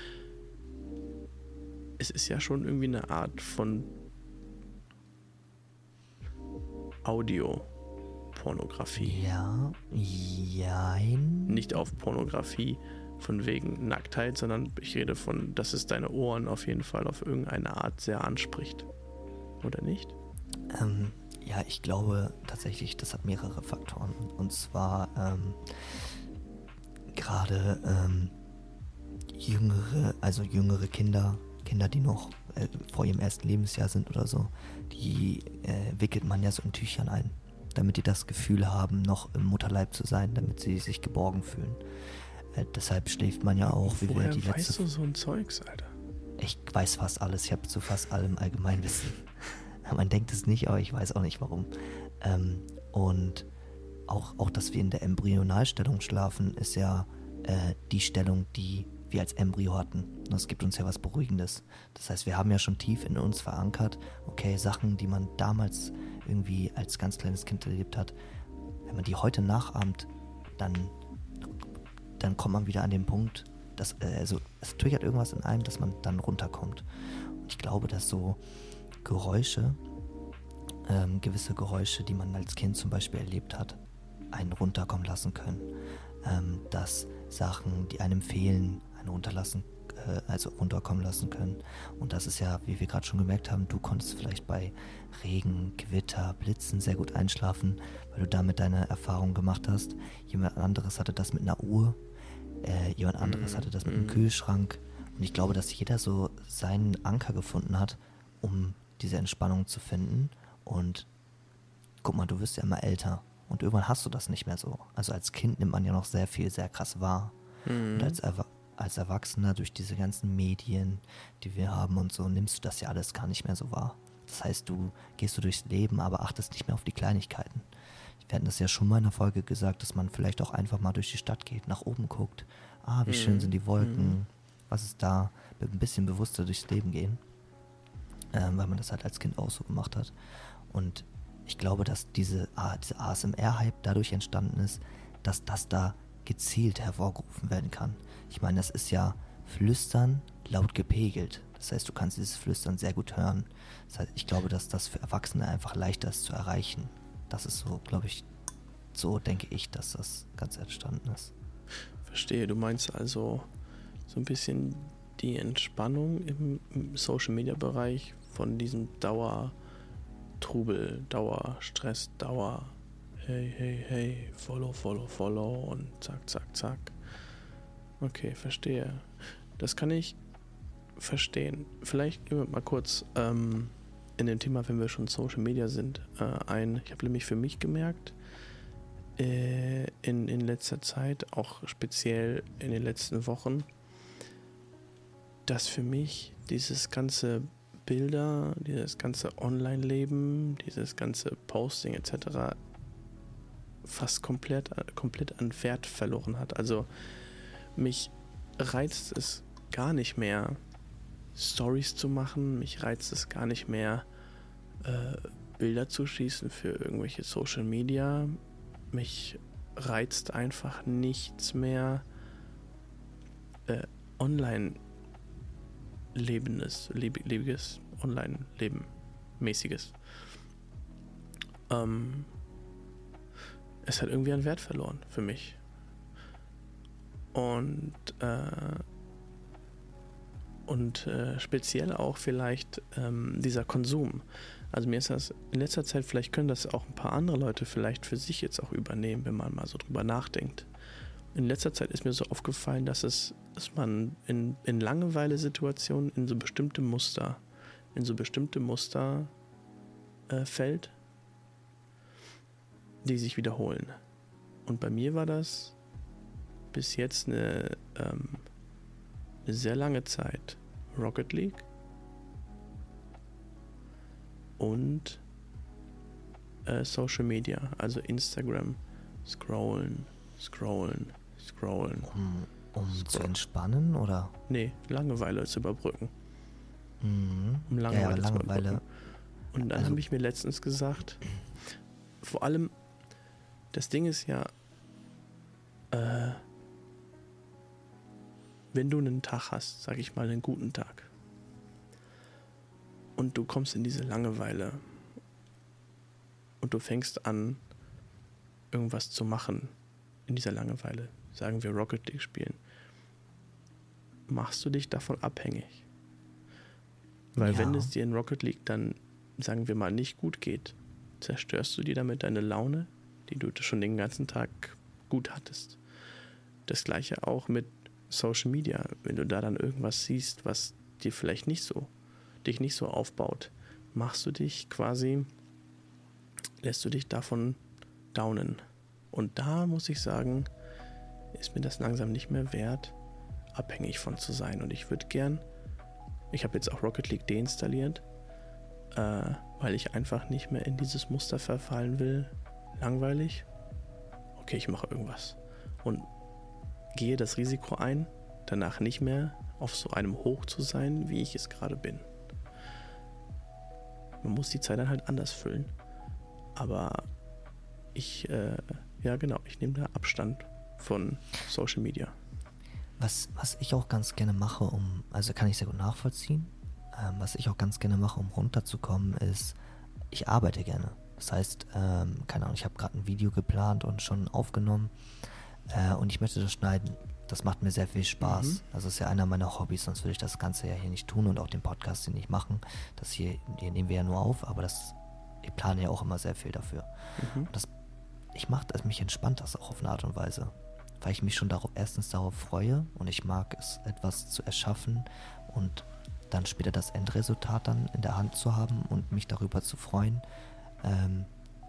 Es ist ja schon irgendwie eine Art von Audio-Pornografie. Ja, jein. Nicht auf Pornografie von wegen Nacktheit, sondern ich rede von, dass es deine Ohren auf jeden Fall auf irgendeine Art sehr anspricht. Oder nicht? Ähm, ja, ich glaube tatsächlich, das hat mehrere Faktoren. Und zwar ähm, gerade ähm, jüngere, also jüngere Kinder, Kinder, die noch äh, vor ihrem ersten Lebensjahr sind oder so, die äh, wickelt man ja so in Tüchern ein, damit die das Gefühl haben, noch im Mutterleib zu sein, damit sie sich geborgen fühlen. Äh, deshalb schläft man ja auch, wie Woher wir die letzte... weißt du so ein Zeugs, Alter? Ich weiß fast alles, ich habe zu fast allem Allgemeinwissen. Man denkt es nicht, aber ich weiß auch nicht warum. Ähm, und auch, auch, dass wir in der Embryonalstellung schlafen, ist ja äh, die Stellung, die wir als Embryo hatten. Und das gibt uns ja was Beruhigendes. Das heißt, wir haben ja schon tief in uns verankert, okay, Sachen, die man damals irgendwie als ganz kleines Kind erlebt hat, wenn man die heute nachahmt, dann, dann kommt man wieder an den Punkt, dass, äh, also es triggert irgendwas in einem, dass man dann runterkommt. ich glaube, dass so Geräusche, ähm, gewisse Geräusche, die man als Kind zum Beispiel erlebt hat, einen runterkommen lassen können. Ähm, dass Sachen, die einem fehlen, einen runterlassen, äh, also runterkommen lassen können. Und das ist ja, wie wir gerade schon gemerkt haben, du konntest vielleicht bei Regen, Gewitter, Blitzen sehr gut einschlafen, weil du damit deine Erfahrung gemacht hast. Jemand anderes hatte das mit einer Uhr, äh, jemand anderes hatte das mit einem Kühlschrank. Und ich glaube, dass jeder so seinen Anker gefunden hat, um diese Entspannung zu finden. Und guck mal, du wirst ja immer älter. Und irgendwann hast du das nicht mehr so. Also als Kind nimmt man ja noch sehr viel, sehr krass wahr. Mhm. Und als, Erwa- als Erwachsener durch diese ganzen Medien, die wir haben und so, nimmst du das ja alles gar nicht mehr so wahr. Das heißt, du gehst du durchs Leben, aber achtest nicht mehr auf die Kleinigkeiten. Wir hatten das ja schon mal in der Folge gesagt, dass man vielleicht auch einfach mal durch die Stadt geht, nach oben guckt. Ah, wie mhm. schön sind die Wolken. Mhm. Was ist da? Mit ein bisschen bewusster durchs Leben gehen. Ähm, weil man das halt als Kind auch so gemacht hat. Und ich glaube, dass diese, ah, diese A S M R-Hype dadurch entstanden ist, dass das da gezielt hervorgerufen werden kann. Ich meine, das ist ja Flüstern laut gepegelt. Das heißt, du kannst dieses Flüstern sehr gut hören. Das heißt, ich glaube, dass das für Erwachsene einfach leichter ist zu erreichen. Das ist so, glaube ich, so denke ich, dass das Ganze entstanden ist. Verstehe, du meinst also so ein bisschen die Entspannung im, im Social-Media-Bereich von diesem Dauer- Trubel, Dauer, Stress, Dauer, hey, hey, hey, follow, follow, follow und zack, zack, zack. Okay, verstehe. Das kann ich verstehen. Vielleicht gehen wir mal kurz ähm, in dem Thema, wenn wir schon Social Media sind, äh, ein. Ich habe nämlich für mich gemerkt, äh, in, in letzter Zeit, auch speziell in den letzten Wochen, dass für mich dieses ganze Bilder, dieses ganze Online-Leben, dieses ganze Posting et cetera fast komplett, komplett an Wert verloren hat. Also mich reizt es gar nicht mehr, Stories zu machen, mich reizt es gar nicht mehr, äh, Bilder zu schießen für irgendwelche Social Media. Mich reizt einfach nichts mehr, äh, online Lebendes, leb- lebiges Online-Leben, mäßiges. Ähm, es hat irgendwie an Wert verloren für mich. Und äh, und äh, speziell auch vielleicht ähm, dieser Konsum. Also mir ist das in letzter Zeit, vielleicht können das auch ein paar andere Leute vielleicht für sich jetzt auch übernehmen, wenn man mal so drüber nachdenkt. In letzter Zeit ist mir so aufgefallen, dass es, dass man in, in Langeweile-Situationen in so bestimmte Muster, in so bestimmte Muster äh, fällt, die sich wiederholen. Und bei mir war das bis jetzt eine, ähm, eine sehr lange Zeit Rocket League und äh, Social Media, also Instagram, scrollen, scrollen, scrollen. Um, um scrollen. Zu entspannen, oder? Nee, Langeweile zu überbrücken. Mhm. Um Langeweile, ja, ja, zu Langeweile. überbrücken. Und dann also, habe ich mir letztens gesagt, vor allem, das Ding ist ja, äh, wenn du einen Tag hast, sag ich mal einen guten Tag, und du kommst in diese Langeweile und du fängst an, irgendwas zu machen in dieser Langeweile, sagen wir Rocket League spielen, machst du dich davon abhängig. Weil ja. wenn es dir in Rocket League dann, sagen wir mal, nicht gut geht, zerstörst du dir damit deine Laune, die du schon den ganzen Tag gut hattest. Das gleiche auch mit Social Media. Wenn du da dann irgendwas siehst, was dir vielleicht nicht so, dich nicht so aufbaut, machst du dich quasi, lässt du dich davon downen. Und da muss ich sagen, ist mir das langsam nicht mehr wert, abhängig von zu sein. Und ich würde gern, ich habe jetzt auch Rocket League deinstalliert, äh, weil ich einfach nicht mehr in dieses Muster verfallen will. Langweilig. Okay, ich mache irgendwas. Und gehe das Risiko ein, danach nicht mehr auf so einem Hoch zu sein, wie ich es gerade bin. Man muss die Zeit dann halt anders füllen. Aber ich, äh, ja genau, ich nehme da Abstand von Social Media. Was, was ich auch ganz gerne mache, um, also kann ich sehr gut nachvollziehen, Ähm, was ich auch ganz gerne mache, um runterzukommen, ist, ich arbeite gerne. Das heißt, ähm, keine Ahnung, ich habe gerade ein Video geplant und schon aufgenommen äh, und ich möchte das schneiden. Das macht mir sehr viel Spaß. Mhm. Also das ist ja einer meiner Hobbys, sonst würde ich das Ganze ja hier nicht tun und auch den Podcast hier nicht machen. Das hier, hier nehmen wir ja nur auf, aber das, ich plane ja auch immer sehr viel dafür. Mhm. Und das, ich mache das, mich entspannt das auch auf eine Art und Weise, weil ich mich schon darauf, erstens darauf freue und ich mag es, etwas zu erschaffen und dann später das Endresultat dann in der Hand zu haben und mich darüber zu freuen, ähm,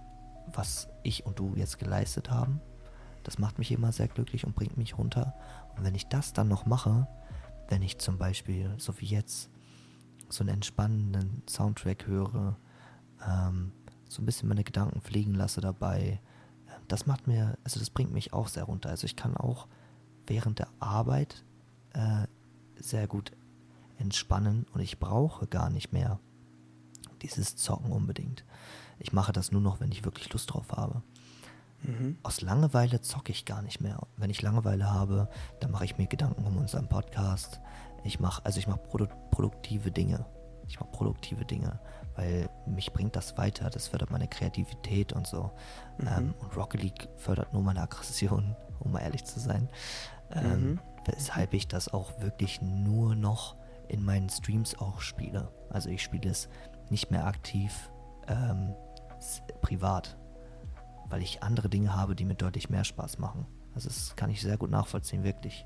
was ich und du jetzt geleistet haben. Das macht mich immer sehr glücklich und bringt mich runter. Und wenn ich das dann noch mache, wenn ich zum Beispiel, so wie jetzt, so einen entspannenden Soundtrack höre, ähm, so ein bisschen meine Gedanken fliegen lasse dabei, äh, das macht mir, also das bringt mich auch sehr runter. Also ich kann auch während der Arbeit äh, sehr gut entspannen und ich brauche gar nicht mehr dieses Zocken unbedingt. Ich mache das nur noch, wenn ich wirklich Lust drauf habe. Mhm. Aus Langeweile zocke ich gar nicht mehr. Wenn ich Langeweile habe, dann mache ich mir Gedanken um unseren Podcast. Ich mache, also ich mache produ- produktive Dinge. Ich mache produktive Dinge, weil mich bringt das weiter. Das fördert meine Kreativität und so. Mhm. Ähm, und Rocket League fördert nur meine Aggression, um mal ehrlich zu sein. Ähm, Mhm. Weshalb ich das auch wirklich nur noch in meinen Streams auch spiele. Also ich spiele es nicht mehr aktiv ähm, s- privat, weil ich andere Dinge habe, die mir deutlich mehr Spaß machen. Also das kann ich sehr gut nachvollziehen, wirklich.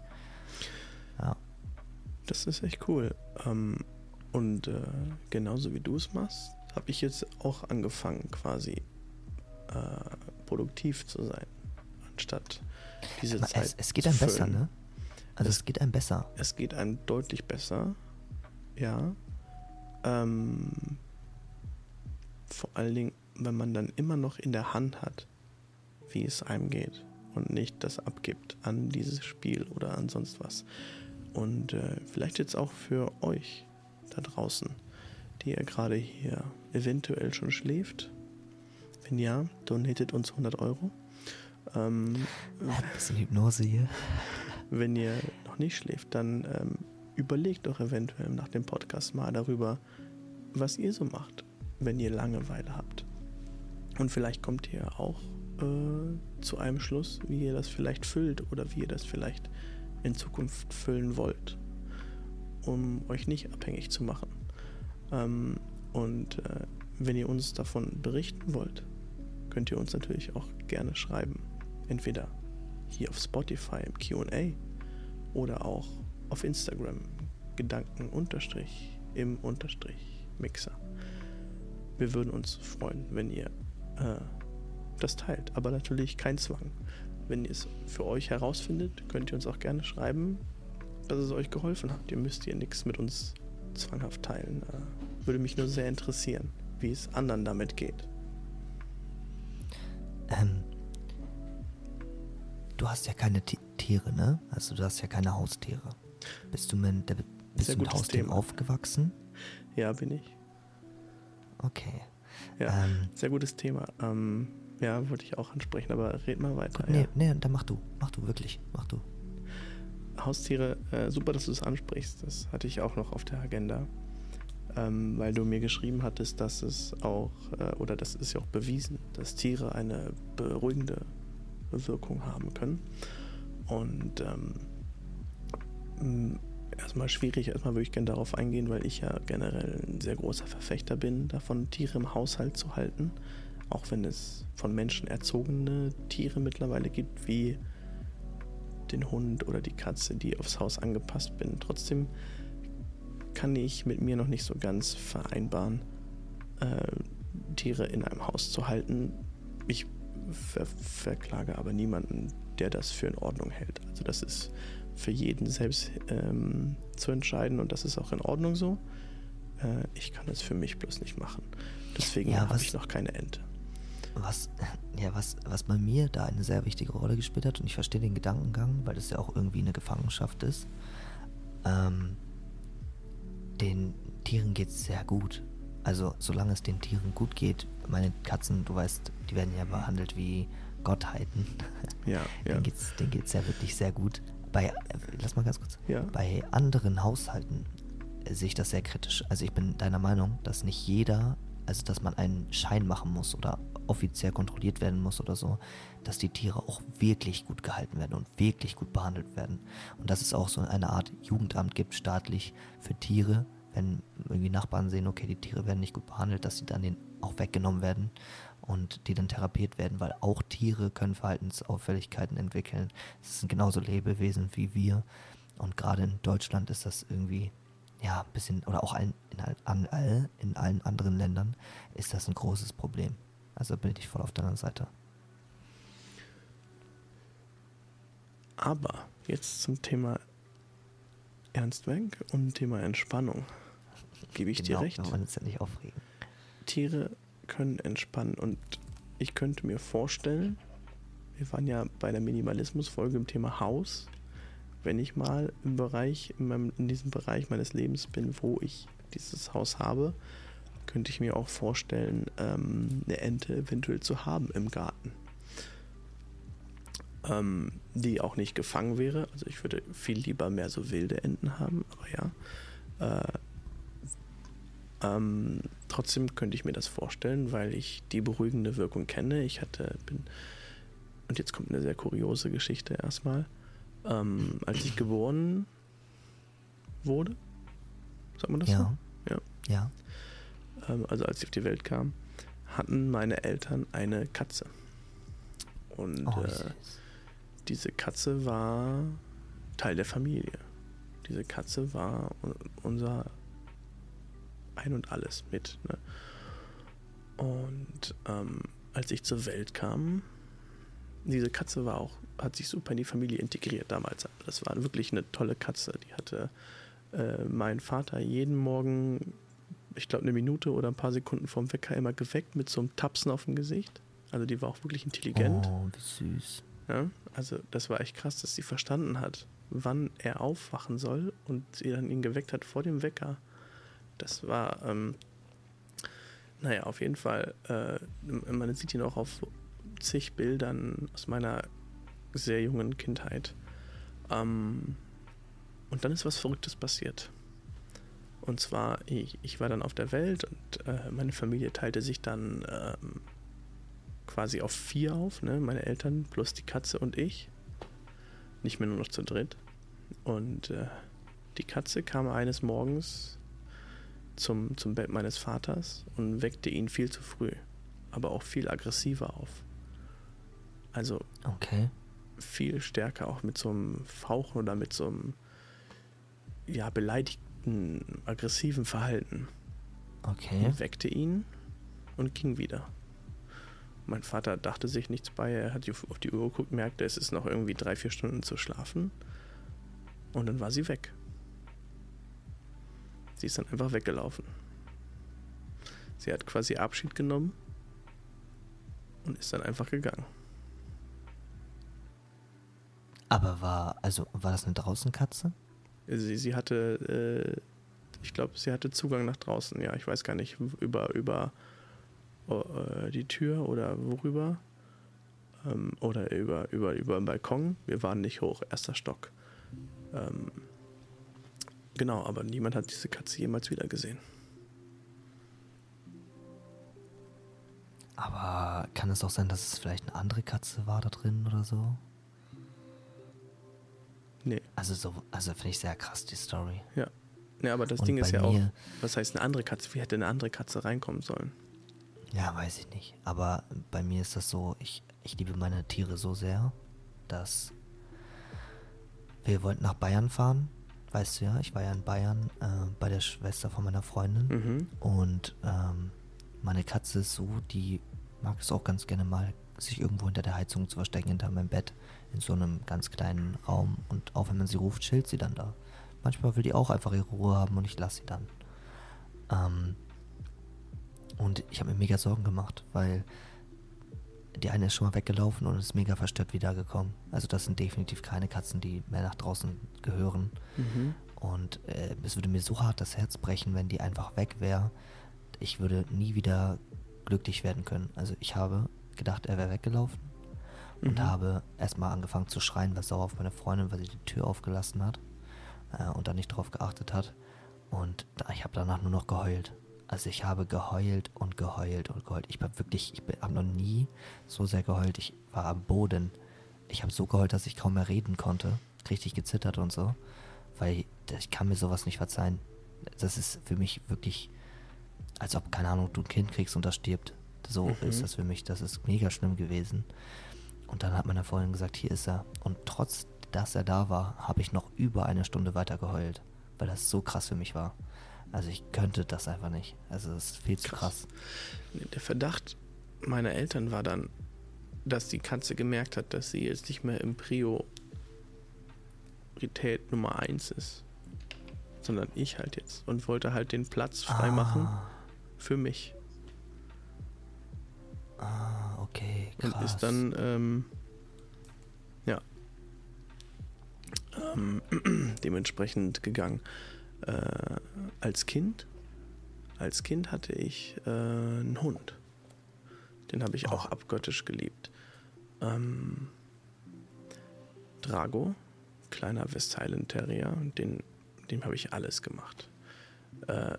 Ja. Das ist echt cool. Ähm, und äh, genauso wie du es machst, habe ich jetzt auch angefangen, quasi äh, produktiv zu sein, anstatt diese Aber Zeit es, es geht zu einem besser, füllen. ne? Also es, Es- geht einem besser. Es geht einem deutlich besser, ja. Ähm, vor allen Dingen, wenn man dann immer noch in der Hand hat, wie es einem geht und nicht das abgibt an dieses Spiel oder an sonst was. Und äh, vielleicht jetzt auch für euch da draußen, die ihr gerade hier eventuell schon schläft. Wenn ja, donatet uns hundert Euro. Ähm, Ein bisschen Hypnose hier. wenn ihr noch nicht schläft, dann ähm, überlegt doch eventuell nach dem Podcast mal darüber, was ihr so macht, wenn ihr Langeweile habt. Und vielleicht kommt ihr auch äh, zu einem Schluss, wie ihr das vielleicht füllt oder wie ihr das vielleicht in Zukunft füllen wollt, um euch nicht abhängig zu machen. Ähm, und äh, wenn ihr uns davon berichten wollt, könnt ihr uns natürlich auch gerne schreiben. Entweder hier auf Spotify im Q und A oder auch auf Instagram Gedanken unterstrich im unterstrich Mixer. Wir würden uns freuen, wenn ihr äh, das teilt, aber natürlich kein Zwang. Wenn ihr es für euch herausfindet, könnt ihr uns auch gerne schreiben, dass es euch geholfen hat. Ihr müsst hier nichts mit uns zwanghaft teilen. Äh, würde mich nur sehr interessieren, wie es anderen damit geht. Ähm, du hast ja keine Ti- Tiere, ne? Also du hast ja keine Haustiere. Bist du mit, der, bist Sehr du mit gutes Haustieren Thema. aufgewachsen? Ja, bin ich. Okay. Ja, Ähm, sehr gutes Thema. Ähm, ja, wollte ich auch ansprechen, aber red mal weiter. gut, nee, Ja. nee, dann mach du. Mach du, wirklich. Mach du. Haustiere, äh, super, dass du es ansprichst. Das hatte ich auch noch auf der Agenda. Ähm, weil du mir geschrieben hattest, dass es auch, äh, oder das ist ja auch bewiesen, dass Tiere eine beruhigende Wirkung haben können. Und ähm, mh, erstmal schwierig, erstmal würde ich gerne darauf eingehen, weil ich ja generell ein sehr großer Verfechter bin, davon Tiere im Haushalt zu halten. Auch wenn es von Menschen erzogene Tiere mittlerweile gibt, wie den Hund oder die Katze, die aufs Haus angepasst bin. Trotzdem kann ich mit mir noch nicht so ganz vereinbaren, äh, Tiere in einem Haus zu halten. Ich ver- verklage aber niemanden, der das für in Ordnung hält. Also das ist für jeden selbst ähm, zu entscheiden und das ist auch in Ordnung so. Äh, ich kann es für mich bloß nicht machen. Deswegen Ja, habe was- ich noch keine Ente. Was, ja, was, was bei mir da eine sehr wichtige Rolle gespielt hat, und ich verstehe den Gedankengang, weil das ja auch irgendwie eine Gefangenschaft ist, ähm, den Tieren geht es sehr gut. Also solange es den Tieren gut geht, meine Katzen, du weißt, die werden ja behandelt wie Gottheiten. Ja, ja. Denen geht's, denen geht's ja wirklich sehr gut. Bei, äh, lass mal ganz kurz, Ja. bei anderen Haushalten äh, sehe ich das sehr kritisch. Also ich bin deiner Meinung, dass nicht jeder, also dass man einen Schein machen muss oder offiziell kontrolliert werden muss oder so, dass die Tiere auch wirklich gut gehalten werden und wirklich gut behandelt werden. Und dass es auch so eine Art Jugendamt gibt, staatlich, für Tiere, wenn irgendwie Nachbarn sehen, okay, die Tiere werden nicht gut behandelt, dass sie dann denen auch weggenommen werden und die dann therapiert werden, weil auch Tiere können Verhaltensauffälligkeiten entwickeln. Es sind genauso Lebewesen wie wir. Und gerade in Deutschland ist das irgendwie, ja, ein bisschen, oder auch in, in, in, in allen anderen Ländern ist das ein großes Problem. Also bin ich voll auf deiner Seite. Aber jetzt zum Thema Ernst weg und Thema Entspannung. Gebe ich genau, dir recht. Genau, man uns ja nicht aufregen. Tiere können entspannen und ich könnte mir vorstellen, wir waren ja bei der Minimalismus-Folge im Thema Haus, wenn ich mal im Bereich, in, meinem, in diesem Bereich meines Lebens bin, wo ich dieses Haus habe, könnte ich mir auch vorstellen, ähm, eine Ente eventuell zu haben im Garten. Ähm, die auch nicht gefangen wäre. Also ich würde viel lieber mehr so wilde Enten haben, aber ja. Äh, ähm, trotzdem könnte ich mir das vorstellen, weil ich die beruhigende Wirkung kenne. Ich hatte, bin, und jetzt kommt eine sehr kuriose Geschichte erstmal. Ähm, als ich geboren wurde, sagt man das Ja. so? Ja. Ja. Ähm, also als ich auf die Welt kam, hatten meine Eltern eine Katze. Und Oh, wie äh, süß. diese Katze war Teil der Familie. Diese Katze war unser Ein und Alles mit. Ne? Und ähm, als ich zur Welt kam, diese Katze war auch, hat sich super in die Familie integriert damals. Das war wirklich eine tolle Katze. Die hatte äh, mein Vater jeden Morgen, ich glaube eine Minute oder ein paar Sekunden vorm Wecker immer geweckt mit so einem Tapsen auf dem Gesicht. Also die war auch wirklich intelligent. Oh, wie süß. Ja, also das war echt krass, dass sie verstanden hat, wann er aufwachen soll und sie dann ihn geweckt hat vor dem Wecker. Das war, ähm, naja, auf jeden Fall, äh, man sieht ihn auch auf zig Bildern aus meiner sehr jungen Kindheit. Ähm, und dann ist was Verrücktes passiert. Und zwar, ich, ich war dann auf der Welt und äh, meine Familie teilte sich dann ähm, quasi auf vier auf, ne? Meine Eltern plus die Katze und ich. Nicht mehr nur noch zu dritt. Und äh, die Katze kam eines Morgens zum, zum Bett meines Vaters und weckte ihn viel zu früh, aber auch viel aggressiver auf. Also Okay. viel stärker, auch mit so einem Fauchen oder mit so einem ja, beleidigten, aggressiven Verhalten. Okay. Und weckte ihn und ging wieder. Mein Vater dachte sich nichts bei, er hat auf die Uhr geguckt, merkte, es ist noch irgendwie drei, vier Stunden zu schlafen. Und dann war sie weg. Sie ist dann einfach weggelaufen. Sie hat quasi Abschied genommen und ist dann einfach gegangen. Aber war, also war das eine Draußenkatze? Sie, sie hatte, äh, ich glaube, sie hatte Zugang nach draußen. Ja, ich weiß gar nicht, über, über äh, die Tür oder worüber. Ähm, oder über, über, über den Balkon. Wir waren nicht hoch, erster Stock. Ähm, genau, aber niemand hat diese Katze jemals wieder gesehen. Aber kann es auch sein, dass es vielleicht eine andere Katze war da drin oder so? Nee. Also so, also finde ich sehr krass, die Story. Ja. Ja, aber das Und Ding ist bei ja auch, mir- was heißt eine andere Katze? Wie hätte eine andere Katze reinkommen sollen? Ja, weiß ich nicht. Aber bei mir ist das so, ich, ich liebe meine Tiere so sehr, dass wir wollten nach Bayern fahren. Weißt du ja, ich war ja in Bayern äh, bei der Schwester von meiner Freundin. Mhm. Und ähm, meine Katze ist so, die mag es auch ganz gerne mal, sich irgendwo hinter der Heizung zu verstecken, hinter meinem Bett, in so einem ganz kleinen Raum. Und auch wenn man sie ruft, chillt sie dann da. Manchmal will die auch einfach ihre Ruhe haben und ich lasse sie dann. Ähm, und ich habe mir mega Sorgen gemacht, weil die eine ist schon mal weggelaufen und ist mega verstört wiedergekommen. Also das sind definitiv keine Katzen, die mehr nach draußen gehören. Mhm. Und äh, es würde mir so hart das Herz brechen, wenn die einfach weg wäre. Ich würde nie wieder glücklich werden können. Also ich habe gedacht, er wäre weggelaufen und Mhm. habe erstmal angefangen zu schreien, war sauer auf meine Freundin, weil sie die Tür aufgelassen hat äh, und dann nicht drauf geachtet hat. Und da, ich habe danach nur noch geheult. Also ich habe geheult und geheult und geheult. Ich habe wirklich, ich habe noch nie so sehr geheult. Ich war am Boden. Ich habe so geheult, dass ich kaum mehr reden konnte. Richtig gezittert und so. Weil ich kann mir sowas nicht verzeihen. Das ist für mich wirklich, als ob, keine Ahnung, du ein Kind kriegst und das stirbt. So mhm. ist das für mich. Das ist mega schlimm gewesen. Und dann hat meine Freundin gesagt, hier ist er. Und trotz, dass er da war, habe ich noch über eine Stunde weiter geheult. Weil das so krass für mich war. Also ich könnte das einfach nicht. Also das ist viel zu krass. krass. Der Verdacht meiner Eltern war dann, dass die Katze gemerkt hat, dass sie jetzt nicht mehr im Priorität Nummer eins ist. Sondern ich halt jetzt. Und wollte halt den Platz freimachen ah. für mich. Ah, okay, krass. Und ist dann, ähm, ja, ähm, dementsprechend gegangen. Äh, als Kind, als Kind hatte ich äh, einen Hund. Den habe ich oh. auch abgöttisch geliebt. Ähm, Drago, kleiner West Highland Terrier, den, dem habe ich alles gemacht. Äh,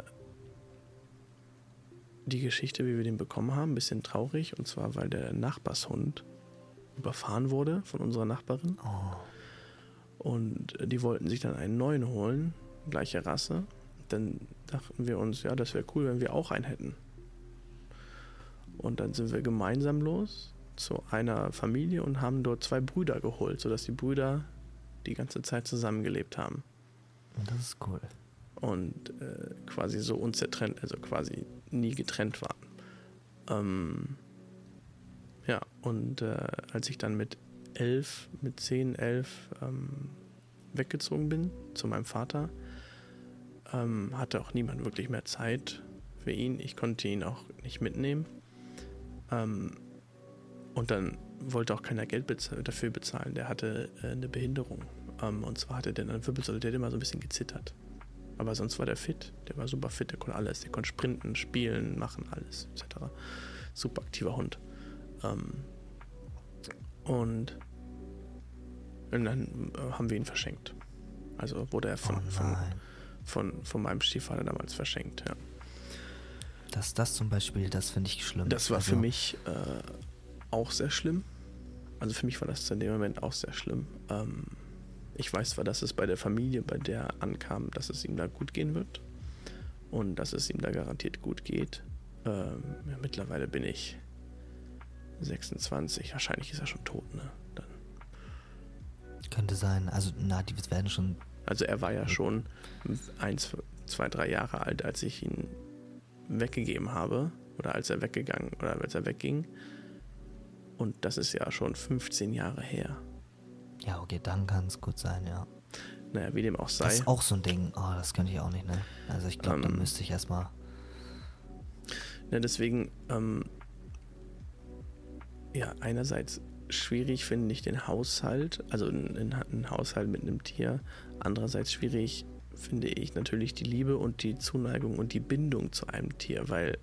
die Geschichte, wie wir den bekommen haben, ein bisschen traurig, und zwar, weil der Nachbarshund überfahren wurde von unserer Nachbarin. Oh. Und die wollten sich dann einen neuen holen, gleiche Rasse. Dann dachten wir uns, ja, das wäre cool, wenn wir auch einen hätten. Und dann sind wir gemeinsam los zu einer Familie und haben dort zwei Brüder geholt, sodass die Brüder die ganze Zeit zusammengelebt haben. Das ist cool. Und äh, quasi so unzertrennt, also quasi nie getrennt waren. Ähm, ja, und äh, als ich dann mit elf, mit zehn, elf ähm, weggezogen bin zu meinem Vater, ähm, hatte auch niemand wirklich mehr Zeit für ihn. Ich konnte ihn auch nicht mitnehmen. Ähm, und dann wollte auch keiner Geld bez- dafür bezahlen. Der hatte äh, eine Behinderung. Ähm, und zwar hatte der eine Wirbelsäule, der hat immer so ein bisschen gezittert. Aber sonst war der fit. Der war super fit, der konnte alles. Der konnte sprinten, spielen, machen, alles, et cetera. Super aktiver Hund. Ähm, und, und dann äh, haben wir ihn verschenkt. Also wurde er von, oh von, von, von meinem Stiefvater damals verschenkt, ja. Das, das zum Beispiel, das finde ich schlimm. Das war also, für mich äh, auch sehr schlimm. Also für mich war das in dem Moment auch sehr schlimm. Ähm, ich weiß zwar, dass es bei der Familie, bei der ankam, dass es ihm da gut gehen wird. Und dass es ihm da garantiert gut geht. Ähm, ja, mittlerweile bin ich sechsundzwanzig. Wahrscheinlich ist er schon tot, ne? Dann. Könnte sein. Also, na, die werden schon... Also er war ja schon eins, zwei, drei Jahre alt, als ich ihn weggegeben habe. Oder als er weggegangen, oder als er wegging. Und das ist ja schon fünfzehn Jahre her. Ja, okay, dann kann es gut sein, ja. Naja, wie dem auch sei. Das ist auch so ein Ding. Oh, das könnte ich auch nicht, ne? Also ich glaube, ähm, da müsste ich erstmal... Ja, deswegen, ähm, ja, einerseits schwierig finde ich den Haushalt, also ein, ein Haushalt mit einem Tier. Andererseits schwierig finde ich natürlich die Liebe und die Zuneigung und die Bindung zu einem Tier, weil,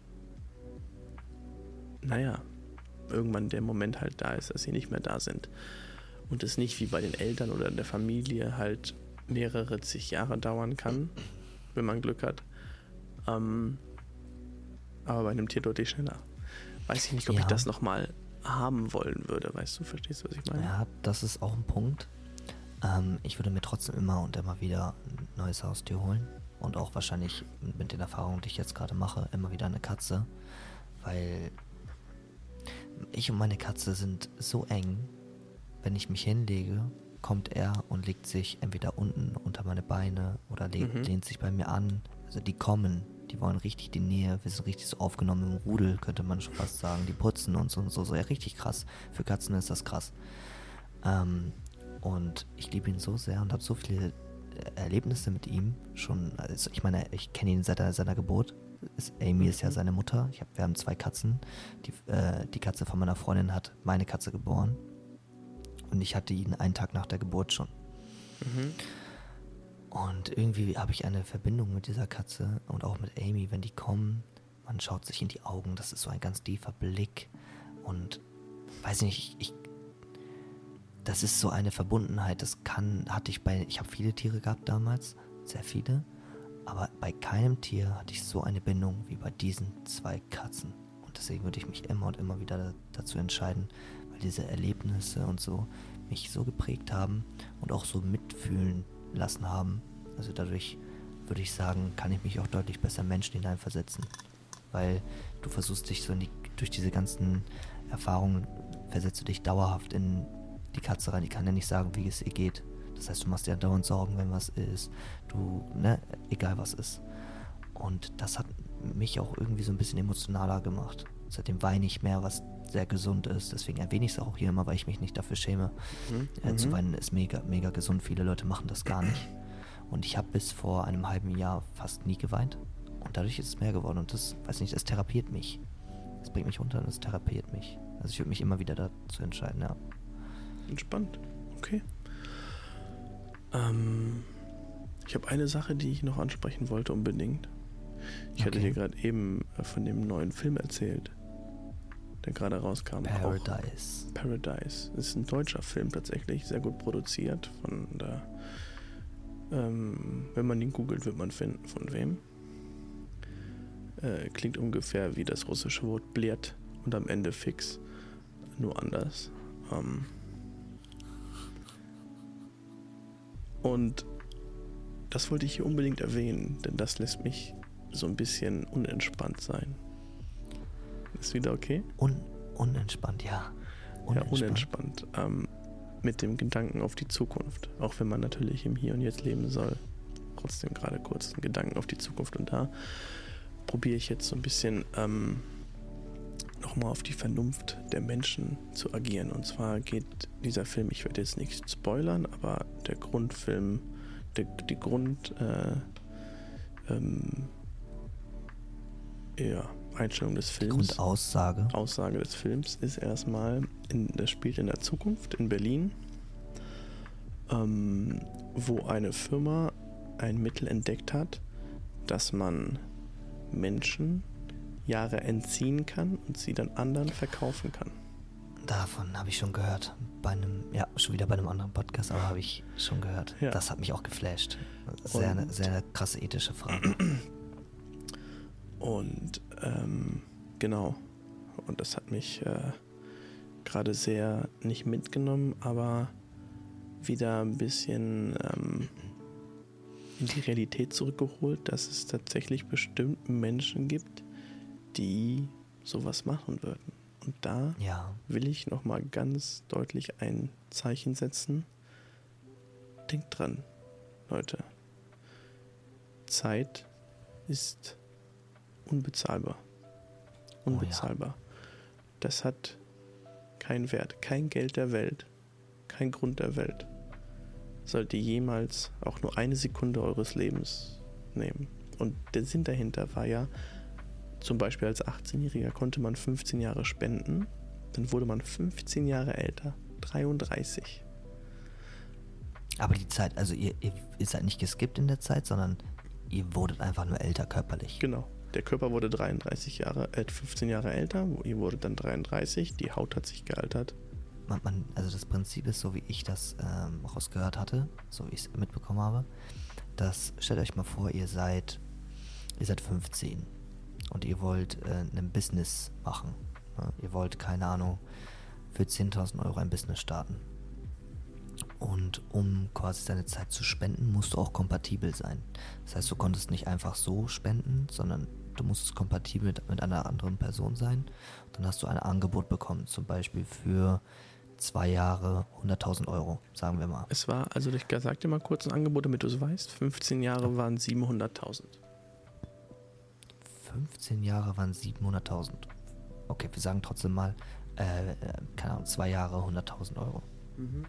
naja, irgendwann der Moment halt da ist, dass sie nicht mehr da sind. Und es nicht wie bei den Eltern oder der Familie halt mehrere zig Jahre dauern kann, wenn man Glück hat. Ähm, aber bei einem Tier deutlich schneller. Weiß ich nicht, ob ja. ich das nochmal haben wollen würde. Weißt du, verstehst du, was ich meine? Ja, das ist auch ein Punkt. Ähm, ich würde mir trotzdem immer und immer wieder ein neues Haustier holen. Und auch wahrscheinlich mit den Erfahrungen, die ich jetzt gerade mache, immer wieder eine Katze. Weil ich und meine Katze sind so eng. Wenn ich mich hinlege, kommt er und legt sich entweder unten unter meine Beine oder lehnt, mhm. lehnt sich bei mir an. Also die kommen, die wollen richtig die Nähe. Wir sind richtig so aufgenommen im Rudel, könnte man schon fast sagen. Die putzen uns und so, so. Ja, richtig krass. Für Katzen ist das krass. Ähm, und ich liebe ihn so sehr und habe so viele Erlebnisse mit ihm schon. Also ich meine, ich kenne ihn seit seiner Geburt. Ist, Amy mhm. ist ja seine Mutter. Ich hab, wir haben zwei Katzen. Die, äh, die Katze von meiner Freundin hat meine Katze geboren. Und ich hatte ihn einen Tag nach der Geburt schon. Mhm. Und irgendwie habe ich eine Verbindung mit dieser Katze und auch mit Amy, wenn die kommen. Man schaut sich in die Augen, das ist so ein ganz tiefer Blick. Und weiß nicht, ich, ich, das ist so eine Verbundenheit, das kann, hatte ich bei, ich habe viele Tiere gehabt damals, sehr viele. Aber bei keinem Tier hatte ich so eine Bindung wie bei diesen zwei Katzen. Und deswegen würde ich mich immer und immer wieder dazu entscheiden, weil diese Erlebnisse und so mich so geprägt haben und auch so mitfühlen lassen haben. Also dadurch würde ich sagen, kann ich mich auch deutlich besser in Menschen hineinversetzen. Weil du versuchst dich so in die, durch diese ganzen Erfahrungen, versetzt du dich dauerhaft in die Katze rein. Die kann ja nicht sagen, wie es ihr geht. Das heißt, du machst dir dauernd Sorgen, wenn was ist. Du, ne, egal was ist. Und das hat mich auch irgendwie so ein bisschen emotionaler gemacht. Seitdem weine ich mehr, was sehr gesund ist. Deswegen erwähne ich es auch hier immer, weil ich mich nicht dafür schäme. Mhm. Äh, zu weinen ist mega, mega gesund. Viele Leute machen das gar nicht. Und ich habe bis vor einem halben Jahr fast nie geweint. Und dadurch ist es mehr geworden. Und das, weiß nicht, das therapiert mich. Das bringt mich runter und das therapiert mich. Also ich würde mich immer wieder dazu entscheiden, ja. Entspannt. Okay. Ähm, ich habe eine Sache, die ich noch ansprechen wollte unbedingt. Ich okay. hatte dir gerade eben von dem neuen Film erzählt, der gerade rauskam. Paradise. Auch Paradise. Das ist ein deutscher Film tatsächlich, sehr gut produziert. Von der, ähm, wenn man ihn googelt, wird man finden, von wem. Äh, klingt ungefähr wie das russische Wort Bled und am Ende fix, nur anders. Ähm, und das wollte ich hier unbedingt erwähnen, denn das lässt mich so ein bisschen unentspannt sein. Ist wieder okay? Un unentspannt, ja. Unentspannt. Ja, unentspannt. Ähm, mit dem Gedanken auf die Zukunft. Auch wenn man natürlich im Hier und Jetzt leben soll. Trotzdem gerade kurz einen Gedanken auf die Zukunft. Und da probiere ich jetzt so ein bisschen ähm, nochmal auf die Vernunft der Menschen zu agieren. Und zwar geht dieser Film, ich werde jetzt nicht spoilern, aber der Grundfilm, der, die Grund äh, ähm, ja, Einstellung des Films. Die Grundaussage. Aussage des Films ist erstmal, in, das spielt in der Zukunft in Berlin, ähm, wo eine Firma ein Mittel entdeckt hat, dass man Menschen Jahre entziehen kann und sie dann anderen verkaufen kann. Davon habe ich schon gehört. Bei einem, ja, schon wieder bei einem anderen Podcast, aber habe ich schon gehört. Ja. Das hat mich auch geflasht. Sehr, eine, sehr eine krasse ethische Frage. Und ähm, genau. Und das hat mich äh, gerade sehr nicht mitgenommen, aber wieder ein bisschen ähm, in die Realität zurückgeholt, dass es tatsächlich bestimmte Menschen gibt, die sowas machen würden. Und da ja. will ich nochmal ganz deutlich ein Zeichen setzen. Denkt dran, Leute. Zeit ist unbezahlbar. Unbezahlbar. Oh ja. Das hat keinen Wert. Kein Geld der Welt, kein Grund der Welt sollte jemals auch nur eine Sekunde eures Lebens nehmen. Und der Sinn dahinter war ja, zum Beispiel als achtzehnjähriger konnte man fünfzehn Jahre spenden, dann wurde man fünfzehn Jahre älter, dreiunddreißig. Aber die Zeit, also ihr, ihr, ihr seid nicht geskippt in der Zeit, sondern ihr wurdet einfach nur älter körperlich. Genau, der Körper wurde dreiunddreißig Jahre, äh, fünfzehn Jahre älter, ihr wurdet dann dreiunddreißig, die Haut hat sich gealtert. Man, man, also das Prinzip ist, so wie ich das ähm, rausgehört hatte, so wie ich es mitbekommen habe, dass, stellt euch mal vor, ihr seid, ihr seid fünfzehn. Und ihr wollt äh, ein Business machen. Ne? Ihr wollt, keine Ahnung, für zehntausend Euro ein Business starten. Und um quasi deine Zeit zu spenden, musst du auch kompatibel sein. Das heißt, du konntest nicht einfach so spenden, sondern du musstest kompatibel mit, mit einer anderen Person sein. Und dann hast du ein Angebot bekommen, zum Beispiel für zwei Jahre hunderttausend Euro, sagen wir mal. Es war, also ich sag dir mal kurz ein Angebot, damit du es weißt, fünfzehn Jahre waren siebenhunderttausend. fünfzehn Jahre waren siebenhunderttausend. Okay, wir sagen trotzdem mal, äh, keine Ahnung, zwei Jahre hunderttausend Euro. Mhm.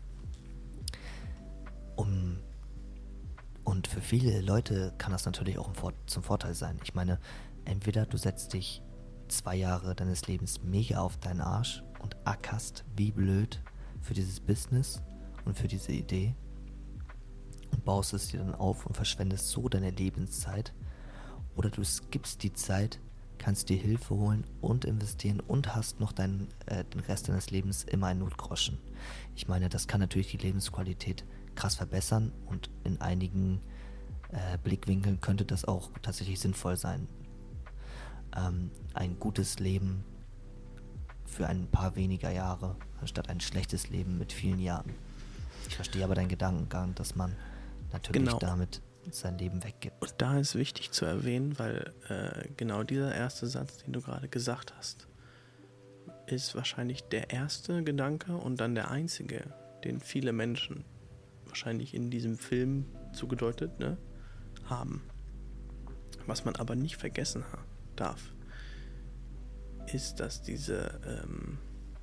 Um, und für viele Leute kann das natürlich auch zum Vorteil sein. Ich meine, entweder du setzt dich zwei Jahre deines Lebens mega auf deinen Arsch und ackerst wie blöd für dieses Business und für diese Idee und baust es dir dann auf und verschwendest so deine Lebenszeit. Oder du skippst die Zeit, kannst dir Hilfe holen und investieren und hast noch deinen, äh, den Rest deines Lebens immer ein Notgroschen. Ich meine, das kann natürlich die Lebensqualität krass verbessern und in einigen äh, Blickwinkeln könnte das auch tatsächlich sinnvoll sein. Ähm, ein gutes Leben für ein paar weniger Jahre, anstatt ein schlechtes Leben mit vielen Jahren. Ich verstehe aber deinen Gedankengang, dass man natürlich Genau. damit sein Leben weggibt. Und da ist wichtig zu erwähnen, weil äh, genau dieser erste Satz, den du gerade gesagt hast, ist wahrscheinlich der erste Gedanke und dann der einzige, den viele Menschen wahrscheinlich in diesem Film zugedeutet, ne, haben. Was man aber nicht vergessen ha- darf, ist, dass diese ähm,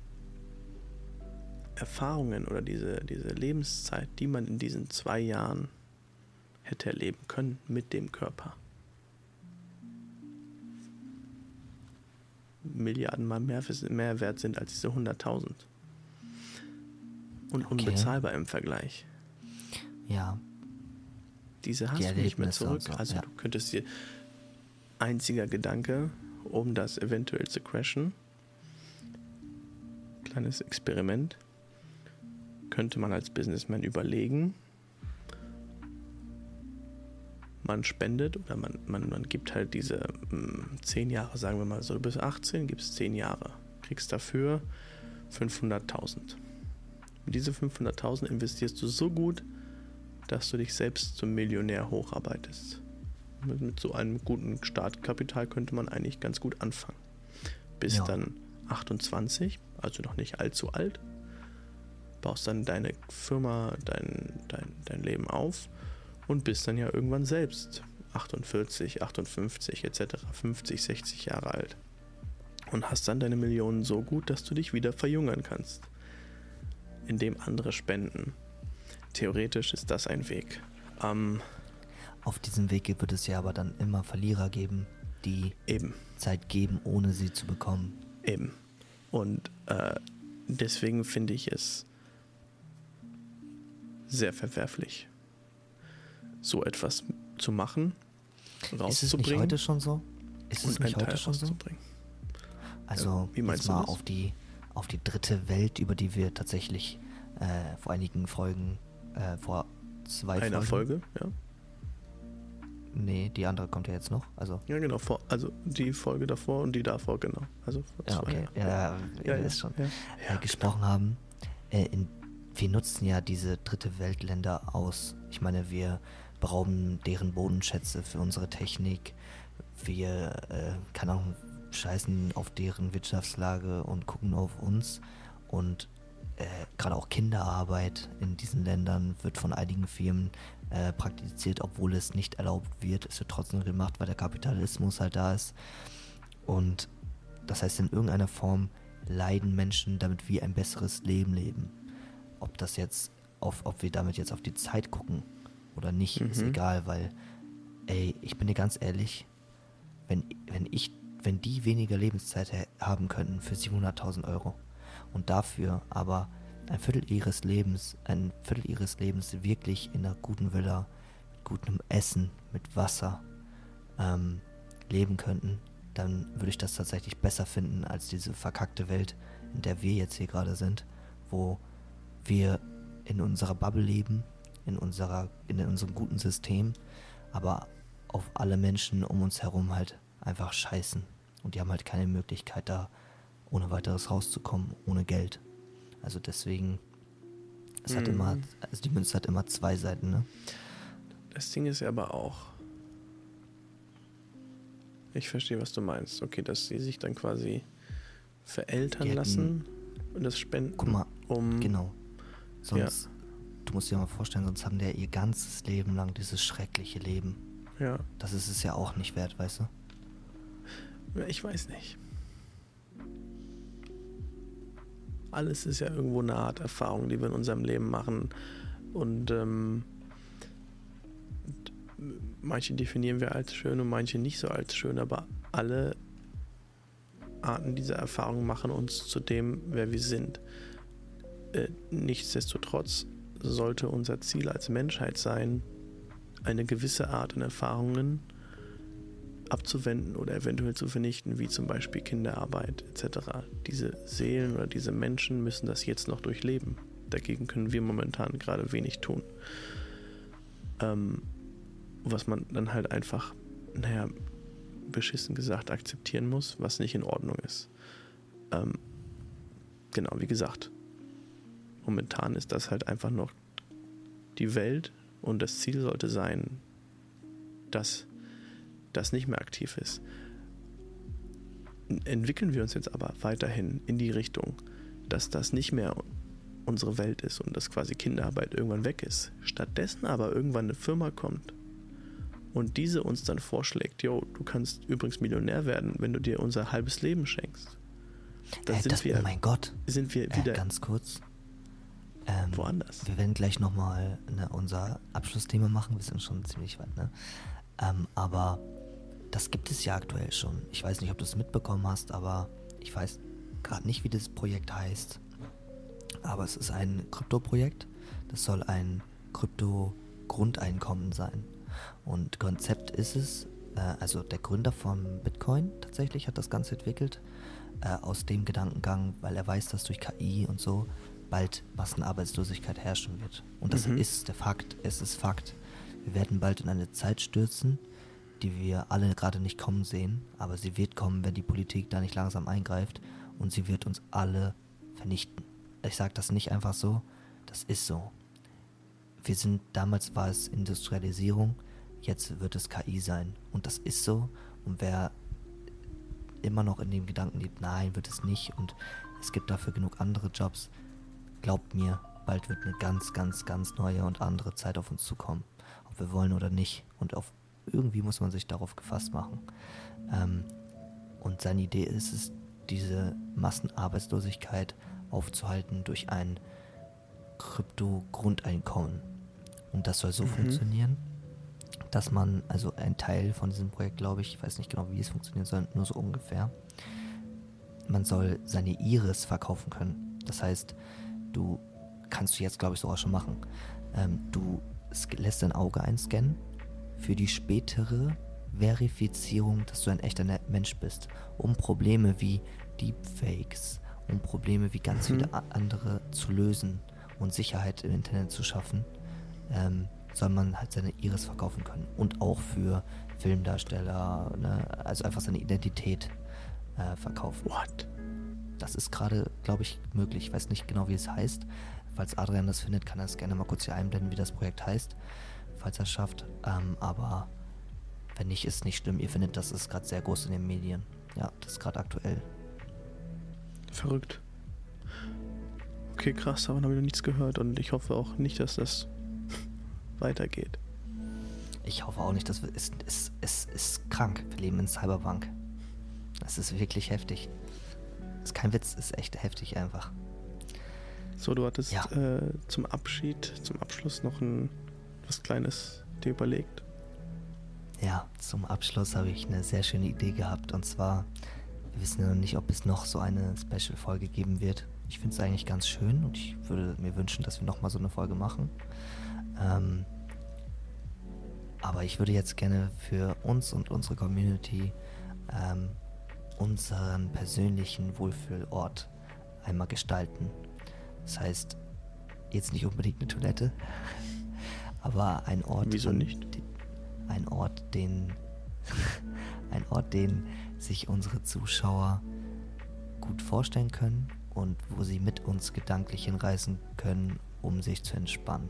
Erfahrungen oder diese, diese Lebenszeit, die man in diesen zwei Jahren hätte erleben können mit dem Körper, Milliarden mal mehr, mehr wert sind als diese hunderttausend. Und Okay. unbezahlbar im Vergleich. Ja, Diese hast Die du nicht mehr Erlebnisse und zurück. so, Also ja. du könntest dir einziger Gedanke, um das eventuell zu crashen, kleines Experiment, könnte man als Businessman überlegen, man spendet oder man, man, man gibt halt diese mh, zehn Jahre, sagen wir mal so, du bist achtzehn, gibst zehn Jahre, kriegst dafür fünfhunderttausend. Und diese fünfhunderttausend investierst du so gut, dass du dich selbst zum Millionär hocharbeitest. Mit, mit so einem guten Startkapital könnte man eigentlich ganz gut anfangen. Bist Ja. dann achtundzwanzig, also noch nicht allzu alt, baust dann deine Firma, dein, dein, dein Leben auf und bist dann ja irgendwann selbst achtundvierzig, achtundfünfzig et cetera, fünfzig, sechzig Jahre alt. Und hast dann deine Millionen so gut, dass du dich wieder verjüngern kannst, indem andere spenden. Theoretisch ist das ein Weg. Ähm, auf diesem Weg wird es ja aber dann immer Verlierer geben, die eben, Zeit geben, ohne sie zu bekommen. eben. Und äh, deswegen finde ich es sehr verwerflich, so etwas zu machen, Ist es nicht rauszubringen heute schon so? Ist es und einen nicht Teil heute schon so? rauszubringen. Also Wie meinst jetzt du mal das? auf die auf die dritte Welt, über die wir tatsächlich äh, vor einigen Folgen, äh, vor zwei Einer Folgen. Folge, ja. Nee, die andere kommt ja jetzt noch. Also, Ja, genau, vor, also die Folge davor und die davor, genau. Also vor ja, zwei okay. Jahren. Ja, ja, Ja, ihr ja, wisst schon. ja. äh, gesprochen haben. Äh, in, wir nutzen ja diese dritte Weltländer aus. Ich meine, wir berauben deren Bodenschätze für unsere Technik. Wir, äh, keine Ahnung, scheißen auf deren Wirtschaftslage und gucken auf uns. Und äh, gerade auch Kinderarbeit in diesen Ländern wird von einigen Firmen äh, praktiziert, obwohl es nicht erlaubt wird. Es wird trotzdem gemacht, weil der Kapitalismus halt da ist. Und das heißt, in irgendeiner Form leiden Menschen, damit wir ein besseres Leben leben. Ob das jetzt, auf, ob wir damit jetzt auf die Zeit gucken oder nicht, ist Mhm. egal, weil, ey, ich bin dir ganz ehrlich, wenn, wenn ich, wenn die weniger Lebenszeit ha- haben könnten für siebenhunderttausend Euro und dafür aber ein Viertel ihres Lebens, ein Viertel ihres Lebens wirklich in einer guten Villa, mit gutem Essen, mit Wasser ähm, leben könnten, dann würde ich das tatsächlich besser finden als diese verkackte Welt, in der wir jetzt hier gerade sind, wo wir in unserer Bubble leben, in unserer, in unserem guten System, aber auf alle Menschen um uns herum halt einfach scheißen. Und die haben halt keine Möglichkeit, da ohne weiteres rauszukommen, ohne Geld. Also deswegen, es hat Mhm. immer, also die Münze hat immer zwei Seiten, ne? Das Ding ist ja aber auch, ich verstehe, was du meinst. Okay, dass sie sich dann quasi vereltern Die hätten- lassen und das spenden, Guck mal, um... genau. Sonst, du musst dir mal vorstellen, sonst haben die ja ihr ganzes Leben lang dieses schreckliche Leben. Ja, Das ist es ja auch nicht wert, weißt du? ich weiß nicht. Alles ist ja irgendwo eine Art Erfahrung, die wir in unserem Leben machen. Und ähm, manche definieren wir als schön und manche nicht so als schön, aber alle Arten dieser Erfahrung machen uns zu dem, wer wir sind. Äh, nichtsdestotrotz sollte unser Ziel als Menschheit sein, eine gewisse Art an Erfahrungen abzuwenden oder eventuell zu vernichten, wie zum Beispiel Kinderarbeit et cetera. Diese Seelen oder diese Menschen müssen das jetzt noch durchleben. Dagegen können wir momentan gerade wenig tun. Ähm, was man dann halt einfach, naja, beschissen gesagt, akzeptieren muss, was nicht in Ordnung ist. Ähm, genau, wie gesagt, momentan ist das halt einfach noch die Welt und das Ziel sollte sein, dass das nicht mehr aktiv ist. Entwickeln wir uns jetzt aber weiterhin in die Richtung, dass das nicht mehr unsere Welt ist und dass quasi Kinderarbeit irgendwann weg ist. Stattdessen aber irgendwann eine Firma kommt und diese uns dann vorschlägt, jo, du kannst übrigens Millionär werden, wenn du dir unser halbes Leben schenkst. Dann äh, sind das, wir, oh mein Gott. sind wir wieder äh, ganz kurz. Ähm, woanders. Wir werden gleich nochmal ne, unser Abschlussthema machen. Wir sind schon ziemlich weit, ne? Ähm, aber das gibt es ja aktuell schon. Ich weiß nicht, ob du es mitbekommen hast, aber ich weiß gerade nicht, wie das Projekt heißt. Aber es ist ein Krypto-Projekt. Das soll ein Krypto-Grundeinkommen sein. Und Konzept ist es, äh, also der Gründer von Bitcoin tatsächlich hat das Ganze entwickelt, äh, aus dem Gedankengang, weil er weiß, dass durch K I und so bald Massenarbeitslosigkeit herrschen wird. Und das Mhm. ist der Fakt, es ist Fakt. Wir werden bald in eine Zeit stürzen, die wir alle gerade nicht kommen sehen, aber sie wird kommen, wenn die Politik da nicht langsam eingreift und sie wird uns alle vernichten. Ich sage das nicht einfach so, das ist so. Wir sind, damals war es Industrialisierung, jetzt wird es K I sein und das ist so und wer immer noch in dem Gedanken lebt, nein, wird es nicht und es gibt dafür genug andere Jobs, glaubt mir, bald wird eine ganz, ganz, ganz neue und andere Zeit auf uns zukommen, ob wir wollen oder nicht und auf irgendwie muss man sich darauf gefasst machen. Ähm, und seine Idee ist es, diese Massenarbeitslosigkeit aufzuhalten durch ein Krypto-Grundeinkommen. Und das soll so Mhm. funktionieren, dass man, also ein Teil von diesem Projekt, glaube ich, ich weiß nicht genau, wie es funktionieren soll, nur so ungefähr, man soll seine Iris verkaufen können. Das heißt, du kannst du jetzt, glaube ich, sogar schon machen. Ähm, du sk- lässt dein Auge einscannen für die spätere Verifizierung, dass du ein echter Ne- Mensch bist, um Probleme wie Deepfakes, um Probleme wie ganz Mhm. viele a- andere zu lösen und Sicherheit im Internet zu schaffen, ähm, soll man halt seine Iris verkaufen können. Und auch für Filmdarsteller, ne? Also einfach seine Identität äh, verkaufen. What? Das ist gerade, glaube ich, möglich. Ich weiß nicht genau, wie es heißt. Falls Adrian das findet, kann er es gerne mal kurz hier einblenden, wie das Projekt heißt, falls er es schafft. Ähm, aber wenn nicht, ist nicht schlimm. Ihr findet, das ist gerade sehr groß in den Medien. Ja, das ist gerade aktuell. Verrückt. Okay, krass, davon habe ich noch nichts gehört und ich hoffe auch nicht, dass das weitergeht. Ich hoffe auch nicht, dass wir... Es, es, es ist krank. Wir leben in Cyberpunk. Das ist wirklich heftig. Das ist kein Witz, ist echt heftig einfach. So, du hattest Ja. äh, zum Abschied, zum Abschluss noch ein was Kleines dir überlegt. Ja, zum Abschluss habe ich eine sehr schöne Idee gehabt. Und zwar, wir wissen ja noch nicht, ob es noch so eine Special-Folge geben wird. Ich finde es eigentlich ganz schön und ich würde mir wünschen, dass wir nochmal so eine Folge machen. Ähm, aber ich würde jetzt gerne für uns und unsere Community ähm, unseren persönlichen Wohlfühlort einmal gestalten. Das heißt, jetzt nicht unbedingt eine Toilette, aber ein Ort... Wieso an nicht? den- Ein Ort, den... ein Ort, den sich unsere Zuschauer gut vorstellen können und wo sie mit uns gedanklich hinreisen können, um sich zu entspannen.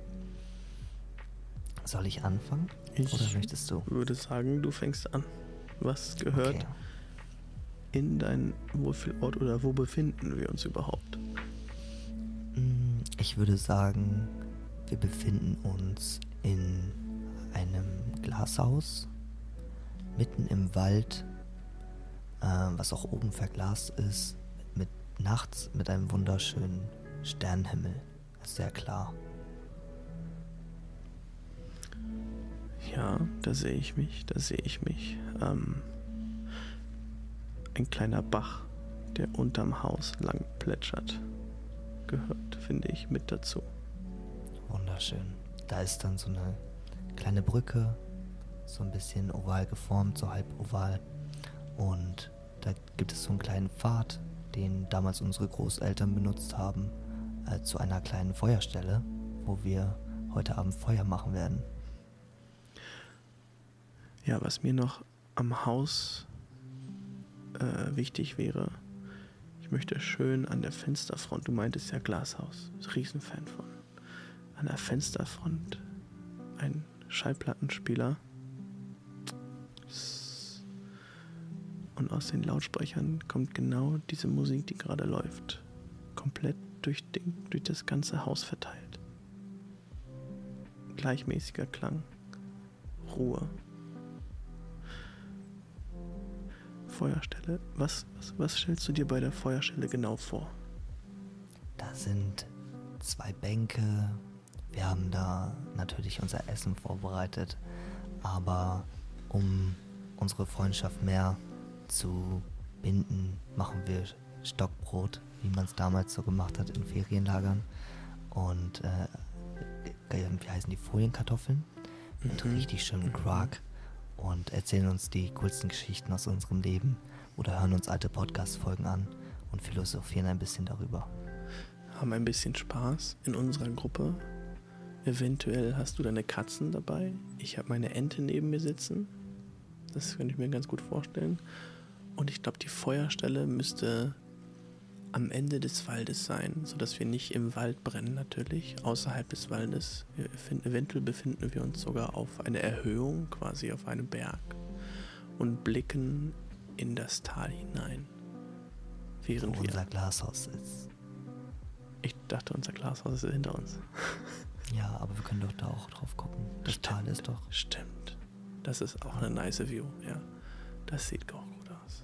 Soll ich anfangen? Ich Oder möchtest du? würde sagen, du fängst an. Was gehört Okay. in deinen Wohlfühlort oder wo befinden wir uns überhaupt? Mm, Ich würde sagen, wir befinden uns in einem Glashaus, mitten im Wald, äh, was auch oben verglast ist, mit nachts mit einem wunderschönen Sternenhimmel. Sehr klar. Ja, da sehe ich mich, da sehe ich mich. Ähm, ein kleiner Bach, der unterm Haus lang plätschert, gehört, finde ich, mit dazu. Wunderschön. Da ist dann so eine kleine Brücke, so ein bisschen oval geformt, so halb oval. Und da gibt es so einen kleinen Pfad, den damals unsere Großeltern benutzt haben, äh, zu einer kleinen Feuerstelle, wo wir heute Abend Feuer machen werden. Ja, was mir noch am Haus äh, wichtig wäre, ich möchte schön an der Fensterfront, du meintest ja Glashaus, Riesenfan von, an der Fensterfront ein Schallplattenspieler und aus den Lautsprechern kommt genau diese Musik, die gerade läuft, komplett durch, den, durch das ganze Haus verteilt. Gleichmäßiger Klang, Ruhe. Feuerstelle. Was, was, was stellst du dir bei der Feuerstelle genau vor? Da sind zwei Bänke. Wir haben da natürlich unser Essen vorbereitet. Aber um unsere Freundschaft mehr zu binden, machen wir Stockbrot, wie man es damals so gemacht hat in Ferienlagern. Und äh, wie heißen die, Folienkartoffeln? Mit Mhm. richtig schönem Mhm. Quark. Und erzählen uns die coolsten Geschichten aus unserem Leben oder hören uns alte Podcast-Folgen an und philosophieren ein bisschen darüber. Haben ein bisschen Spaß in unserer Gruppe. Eventuell hast du deine Katzen dabei. Ich habe meine Ente neben mir sitzen. Das könnte ich mir ganz gut vorstellen. Und ich glaube, die Feuerstelle müsste am Ende des Waldes sein, sodass wir nicht im Wald brennen natürlich, außerhalb des Waldes. Wir finden, eventuell befinden wir uns sogar auf einer Erhöhung, quasi auf einem Berg und blicken in das Tal hinein. Während Wo wir, unser Glashaus ist. ich dachte, unser Glashaus ist hinter uns. Ja, aber wir können doch da auch drauf gucken. Das Stimmt. Tal ist doch... Stimmt. Das ist auch eine nice View, ja. Das sieht auch gut aus.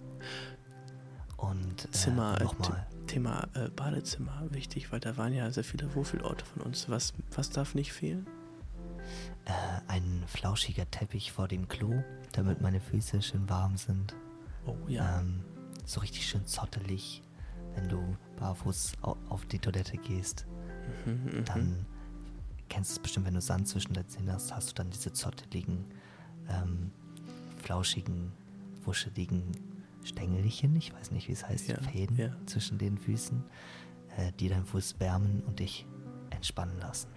Und äh, Zimmer, nochmal. The- Thema äh, Badezimmer, wichtig, weil da waren ja sehr viele Wohlfühlorte von uns. Was, was darf nicht fehlen? Äh, ein flauschiger Teppich vor dem Klo, damit meine Füße schön warm sind. Oh ja. Ähm, so richtig schön zottelig, wenn du barfuß au- auf die Toilette gehst. Mhm, mhm. Dann kennst du es bestimmt, wenn du Sand zwischen den Zähnen hast, hast du dann diese zotteligen, ähm, flauschigen, wuscheligen Stängelchen, ich weiß nicht, wie es heißt, Ja, Fäden ja. zwischen den Füßen, äh, die deinen Fuß wärmen und dich entspannen lassen.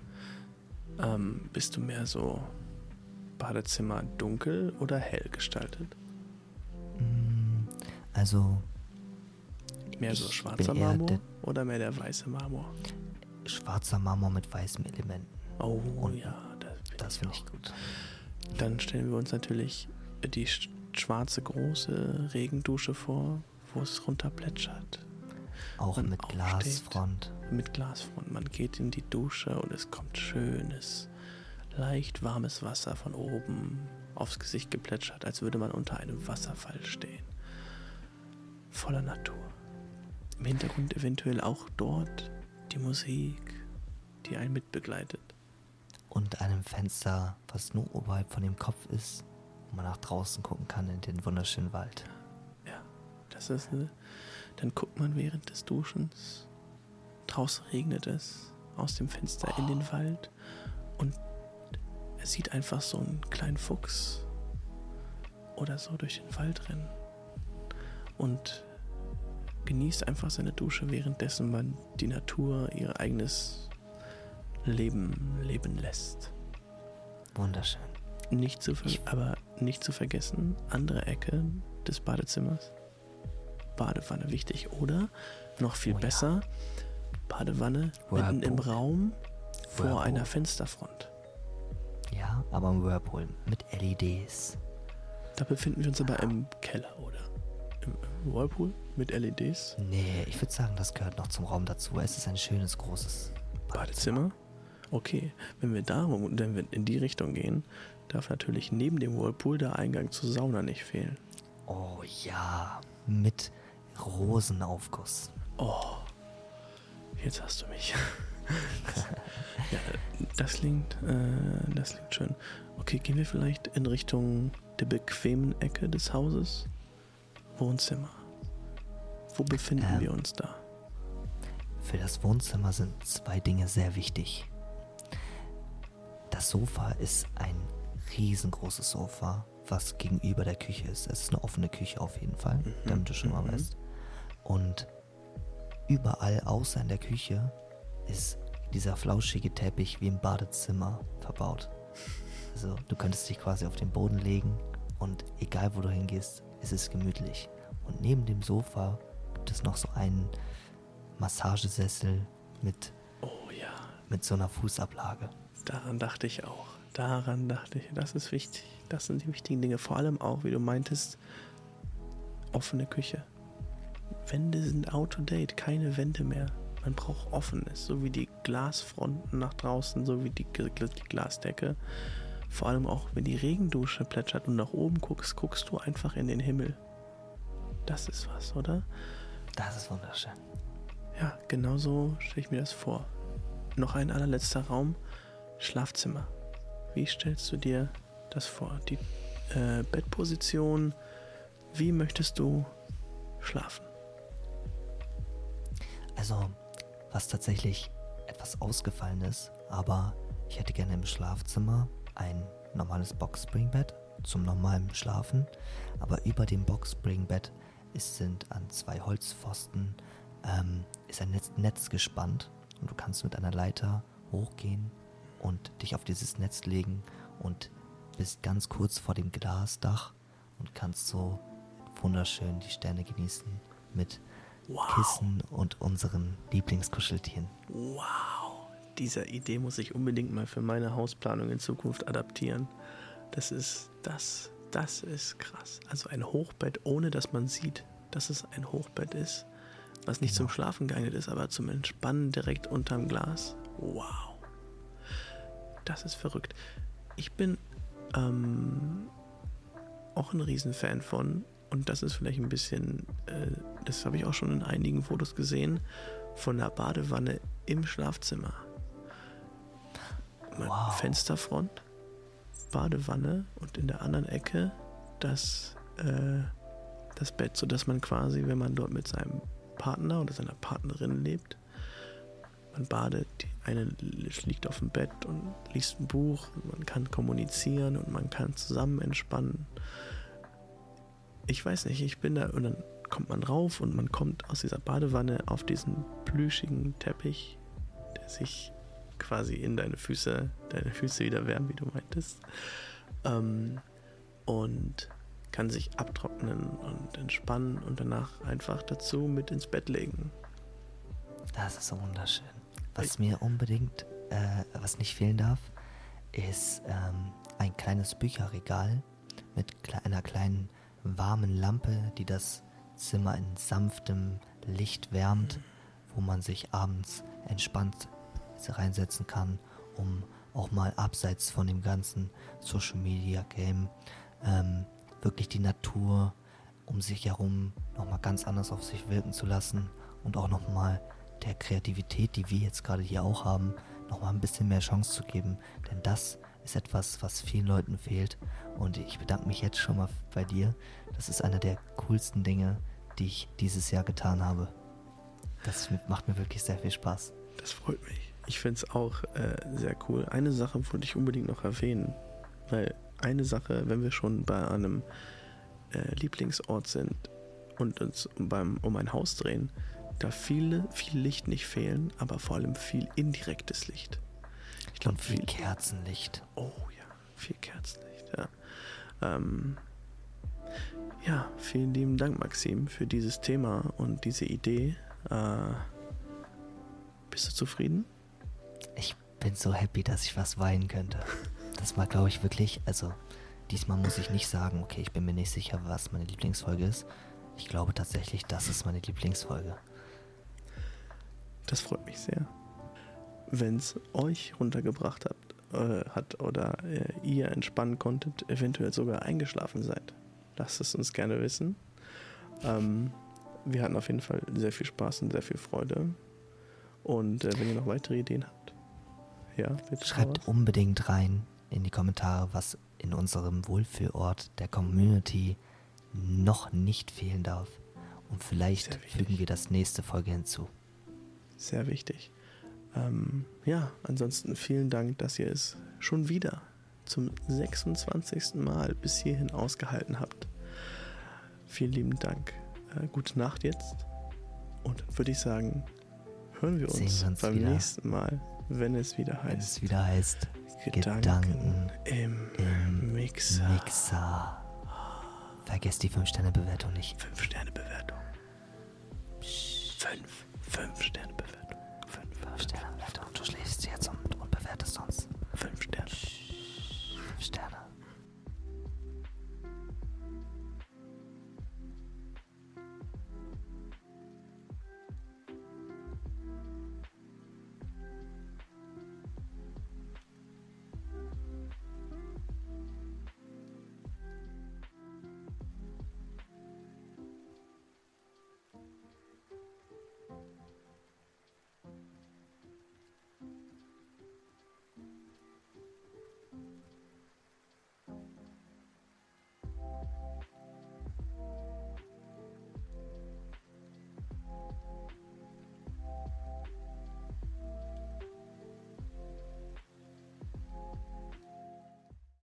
Ähm, bist du mehr so Badezimmer dunkel oder hell gestaltet? Mm, Also Mehr so Ich schwarzer bin eher Marmor der- oder mehr der weiße Marmor? schwarzer Marmor mit weißen Elementen. Oh Und ja, das, Das finde ich gut. Dann stellen wir uns natürlich die sch- schwarze große Regendusche vor, wo es runter plätschert. Auch Man mit aufsteht. Glasfront. Mit Glasfront. Man geht in die Dusche und es kommt schönes, leicht warmes Wasser von oben aufs Gesicht geplätschert, als würde man unter einem Wasserfall stehen. Voller Natur. Im Hintergrund eventuell auch dort die Musik, die einen mitbegleitet. Und einem Fenster, was nur oberhalb von dem Kopf ist, wo man nach draußen gucken kann in den wunderschönen Wald. Ja, das ist eine, dann guckt man während des Duschens, draußen regnet es, aus dem Fenster in den Wald und er sieht einfach so einen kleinen Fuchs oder so durch den Wald rennen und genießt einfach seine Dusche, währenddessen man die Natur ihr eigenes Leben leben lässt. Wunderschön. Nicht zu ver- aber nicht zu vergessen, andere Ecke des Badezimmers, Badewanne wichtig. Oder, noch viel Oh ja. besser, Badewanne mitten im Whirlpool. Raum vor Whirlpool. einer Fensterfront. Ja, aber ein Whirlpool mit L E Ds. Da befinden wir uns aber im Keller, oder? Im, im Whirlpool mit L E Ds. Nee, ich würde sagen, das gehört noch zum Raum dazu. Es ist ein schönes, großes Badezimmer. Okay, wenn wir darum, wenn wir in die Richtung gehen, darf natürlich neben dem Whirlpool der Eingang zur Sauna nicht fehlen. Oh ja, mit Rosenaufguss. Oh, jetzt hast du mich. Ja, das klingt, äh, das klingt schön. Okay, gehen wir vielleicht in Richtung der bequemen Ecke des Hauses? Wohnzimmer. Wo befinden Ähm. wir uns da? Für das Wohnzimmer sind zwei Dinge sehr wichtig. Das Sofa ist ein riesengroßes Sofa, was gegenüber der Küche ist. Es ist eine offene Küche auf jeden Fall, damit du schon mal mhm. weißt. Und überall außer in der Küche ist dieser flauschige Teppich wie im Badezimmer verbaut. Also du könntest dich quasi auf den Boden legen und egal wo du hingehst, ist es gemütlich. Und neben dem Sofa gibt es noch so einen Massagesessel mit, Oh ja, mit so einer Fußablage. daran dachte ich auch. Daran dachte ich, das ist wichtig. Das sind die wichtigen Dinge. Vor allem auch, wie du meintest, offene Küche. Wände sind out to date, keine Wände mehr. Man braucht offenes, so wie die Glasfronten nach draußen, so wie die, die Glasdecke. Vor allem auch, wenn die Regendusche plätschert und nach oben guckst, guckst du einfach in den Himmel. Das ist was, oder? Das ist wunderschön. Ja, genau so stelle ich mir das vor. Noch ein allerletzter Raum, Schlafzimmer. Wie stellst du dir das vor? Die äh, Bettposition, wie möchtest du schlafen? Also, was tatsächlich etwas ausgefallen ist, aber ich hätte gerne im Schlafzimmer ein normales Boxspringbett zum normalen Schlafen, aber über dem Boxspringbett ist, sind an zwei Holzpfosten ähm, ist ein Netz, Netz gespannt und du kannst mit einer Leiter hochgehen und dich auf dieses Netz legen und bist ganz kurz vor dem Glasdach und kannst so wunderschön die Sterne genießen mit Wow. Kissen und unseren Lieblingskuscheltieren. Wow, diese Idee muss ich unbedingt mal für meine Hausplanung in Zukunft adaptieren. Das ist, das, das ist krass. Also ein Hochbett, ohne dass man sieht, dass es ein Hochbett ist, was nicht Genau. zum Schlafen geeignet ist, aber zum Entspannen direkt unterm Glas. Wow, das ist verrückt. Ich bin ähm, auch ein Riesenfan von, und das ist vielleicht ein bisschen, äh, das habe ich auch schon in einigen Fotos gesehen, von der Badewanne im Schlafzimmer. Wow. Fensterfront, Badewanne und in der anderen Ecke das, äh, das Bett, sodass man quasi, wenn man dort mit seinem Partner oder seiner Partnerin lebt, man badet, die eine liegt auf dem Bett und liest ein Buch und man kann kommunizieren und man kann zusammen entspannen. Ich weiß nicht, ich bin da und dann kommt man rauf und man kommt aus dieser Badewanne auf diesen plüschigen Teppich, der sich quasi in deine Füße, deine Füße wieder wärmt, wie du meintest. Ähm, und kann sich abtrocknen und entspannen und danach einfach dazu mit ins Bett legen. Das ist so wunderschön. Was mir unbedingt, äh, was nicht fehlen darf, ist ähm, ein kleines Bücherregal mit kle- einer kleinen warmen Lampe, die das Zimmer in sanftem Licht wärmt, wo man sich abends entspannt reinsetzen kann, um auch mal abseits von dem ganzen Social Media Game ähm, wirklich die Natur um sich herum nochmal ganz anders auf sich wirken zu lassen und auch nochmal der Kreativität, die wir jetzt gerade hier auch haben, nochmal ein bisschen mehr Chance zu geben, denn das ist etwas, was vielen Leuten fehlt und ich bedanke mich jetzt schon mal bei dir. Das ist einer der coolsten Dinge, die ich dieses Jahr getan habe. Das macht mir wirklich sehr viel Spaß. Das freut mich. Ich finde es auch äh, sehr cool. Eine Sache wollte ich unbedingt noch erwähnen, weil eine Sache, wenn wir schon bei einem äh, Lieblingsort sind und uns beim, um ein Haus drehen, da viele, viel Licht nicht fehlen, aber vor allem viel indirektes Licht. Ich glaube, Und viel viel Kerzenlicht. Oh ja, viel Kerzenlicht, ja. Ähm, ja, vielen lieben Dank, Maxim, für dieses Thema und diese Idee. Äh, bist du zufrieden? Ich bin so happy, dass ich was weinen könnte. Das war, glaube ich, wirklich, also diesmal muss ich nicht sagen, okay, ich bin mir nicht sicher, was meine Lieblingsfolge ist. Ich glaube tatsächlich, das ist meine Lieblingsfolge. Das freut mich sehr. Wenn es euch runtergebracht habt, äh, hat oder äh, ihr entspannen konntet, eventuell sogar eingeschlafen seid, lasst es uns gerne wissen. Ähm, wir hatten auf jeden Fall sehr viel Spaß und sehr viel Freude. Und äh, wenn ihr noch weitere Ideen habt, ja, bitte Schreibt raus. unbedingt rein in die Kommentare, was in unserem Wohlfühlort der Community noch nicht fehlen darf. Und vielleicht Sehr wichtig. fügen wir das nächste Folge hinzu. Sehr wichtig. Ähm, ja, ansonsten vielen Dank, dass ihr es schon wieder zum sechsundzwanzigsten Mal bis hierhin ausgehalten habt. Vielen lieben Dank. Äh, gute Nacht jetzt. Und dann würde ich sagen, hören wir Sehen uns, wir uns beim wieder. nächsten Mal, wenn es wieder Wenn es heißt wieder heißt, Gedanken, Gedanken im, im Mixer. Mixer. Vergesst die fünf Sterne Bewertung nicht. fünf Sterne Bewertung. Psst. fünf. fünf Sterne Bewertung.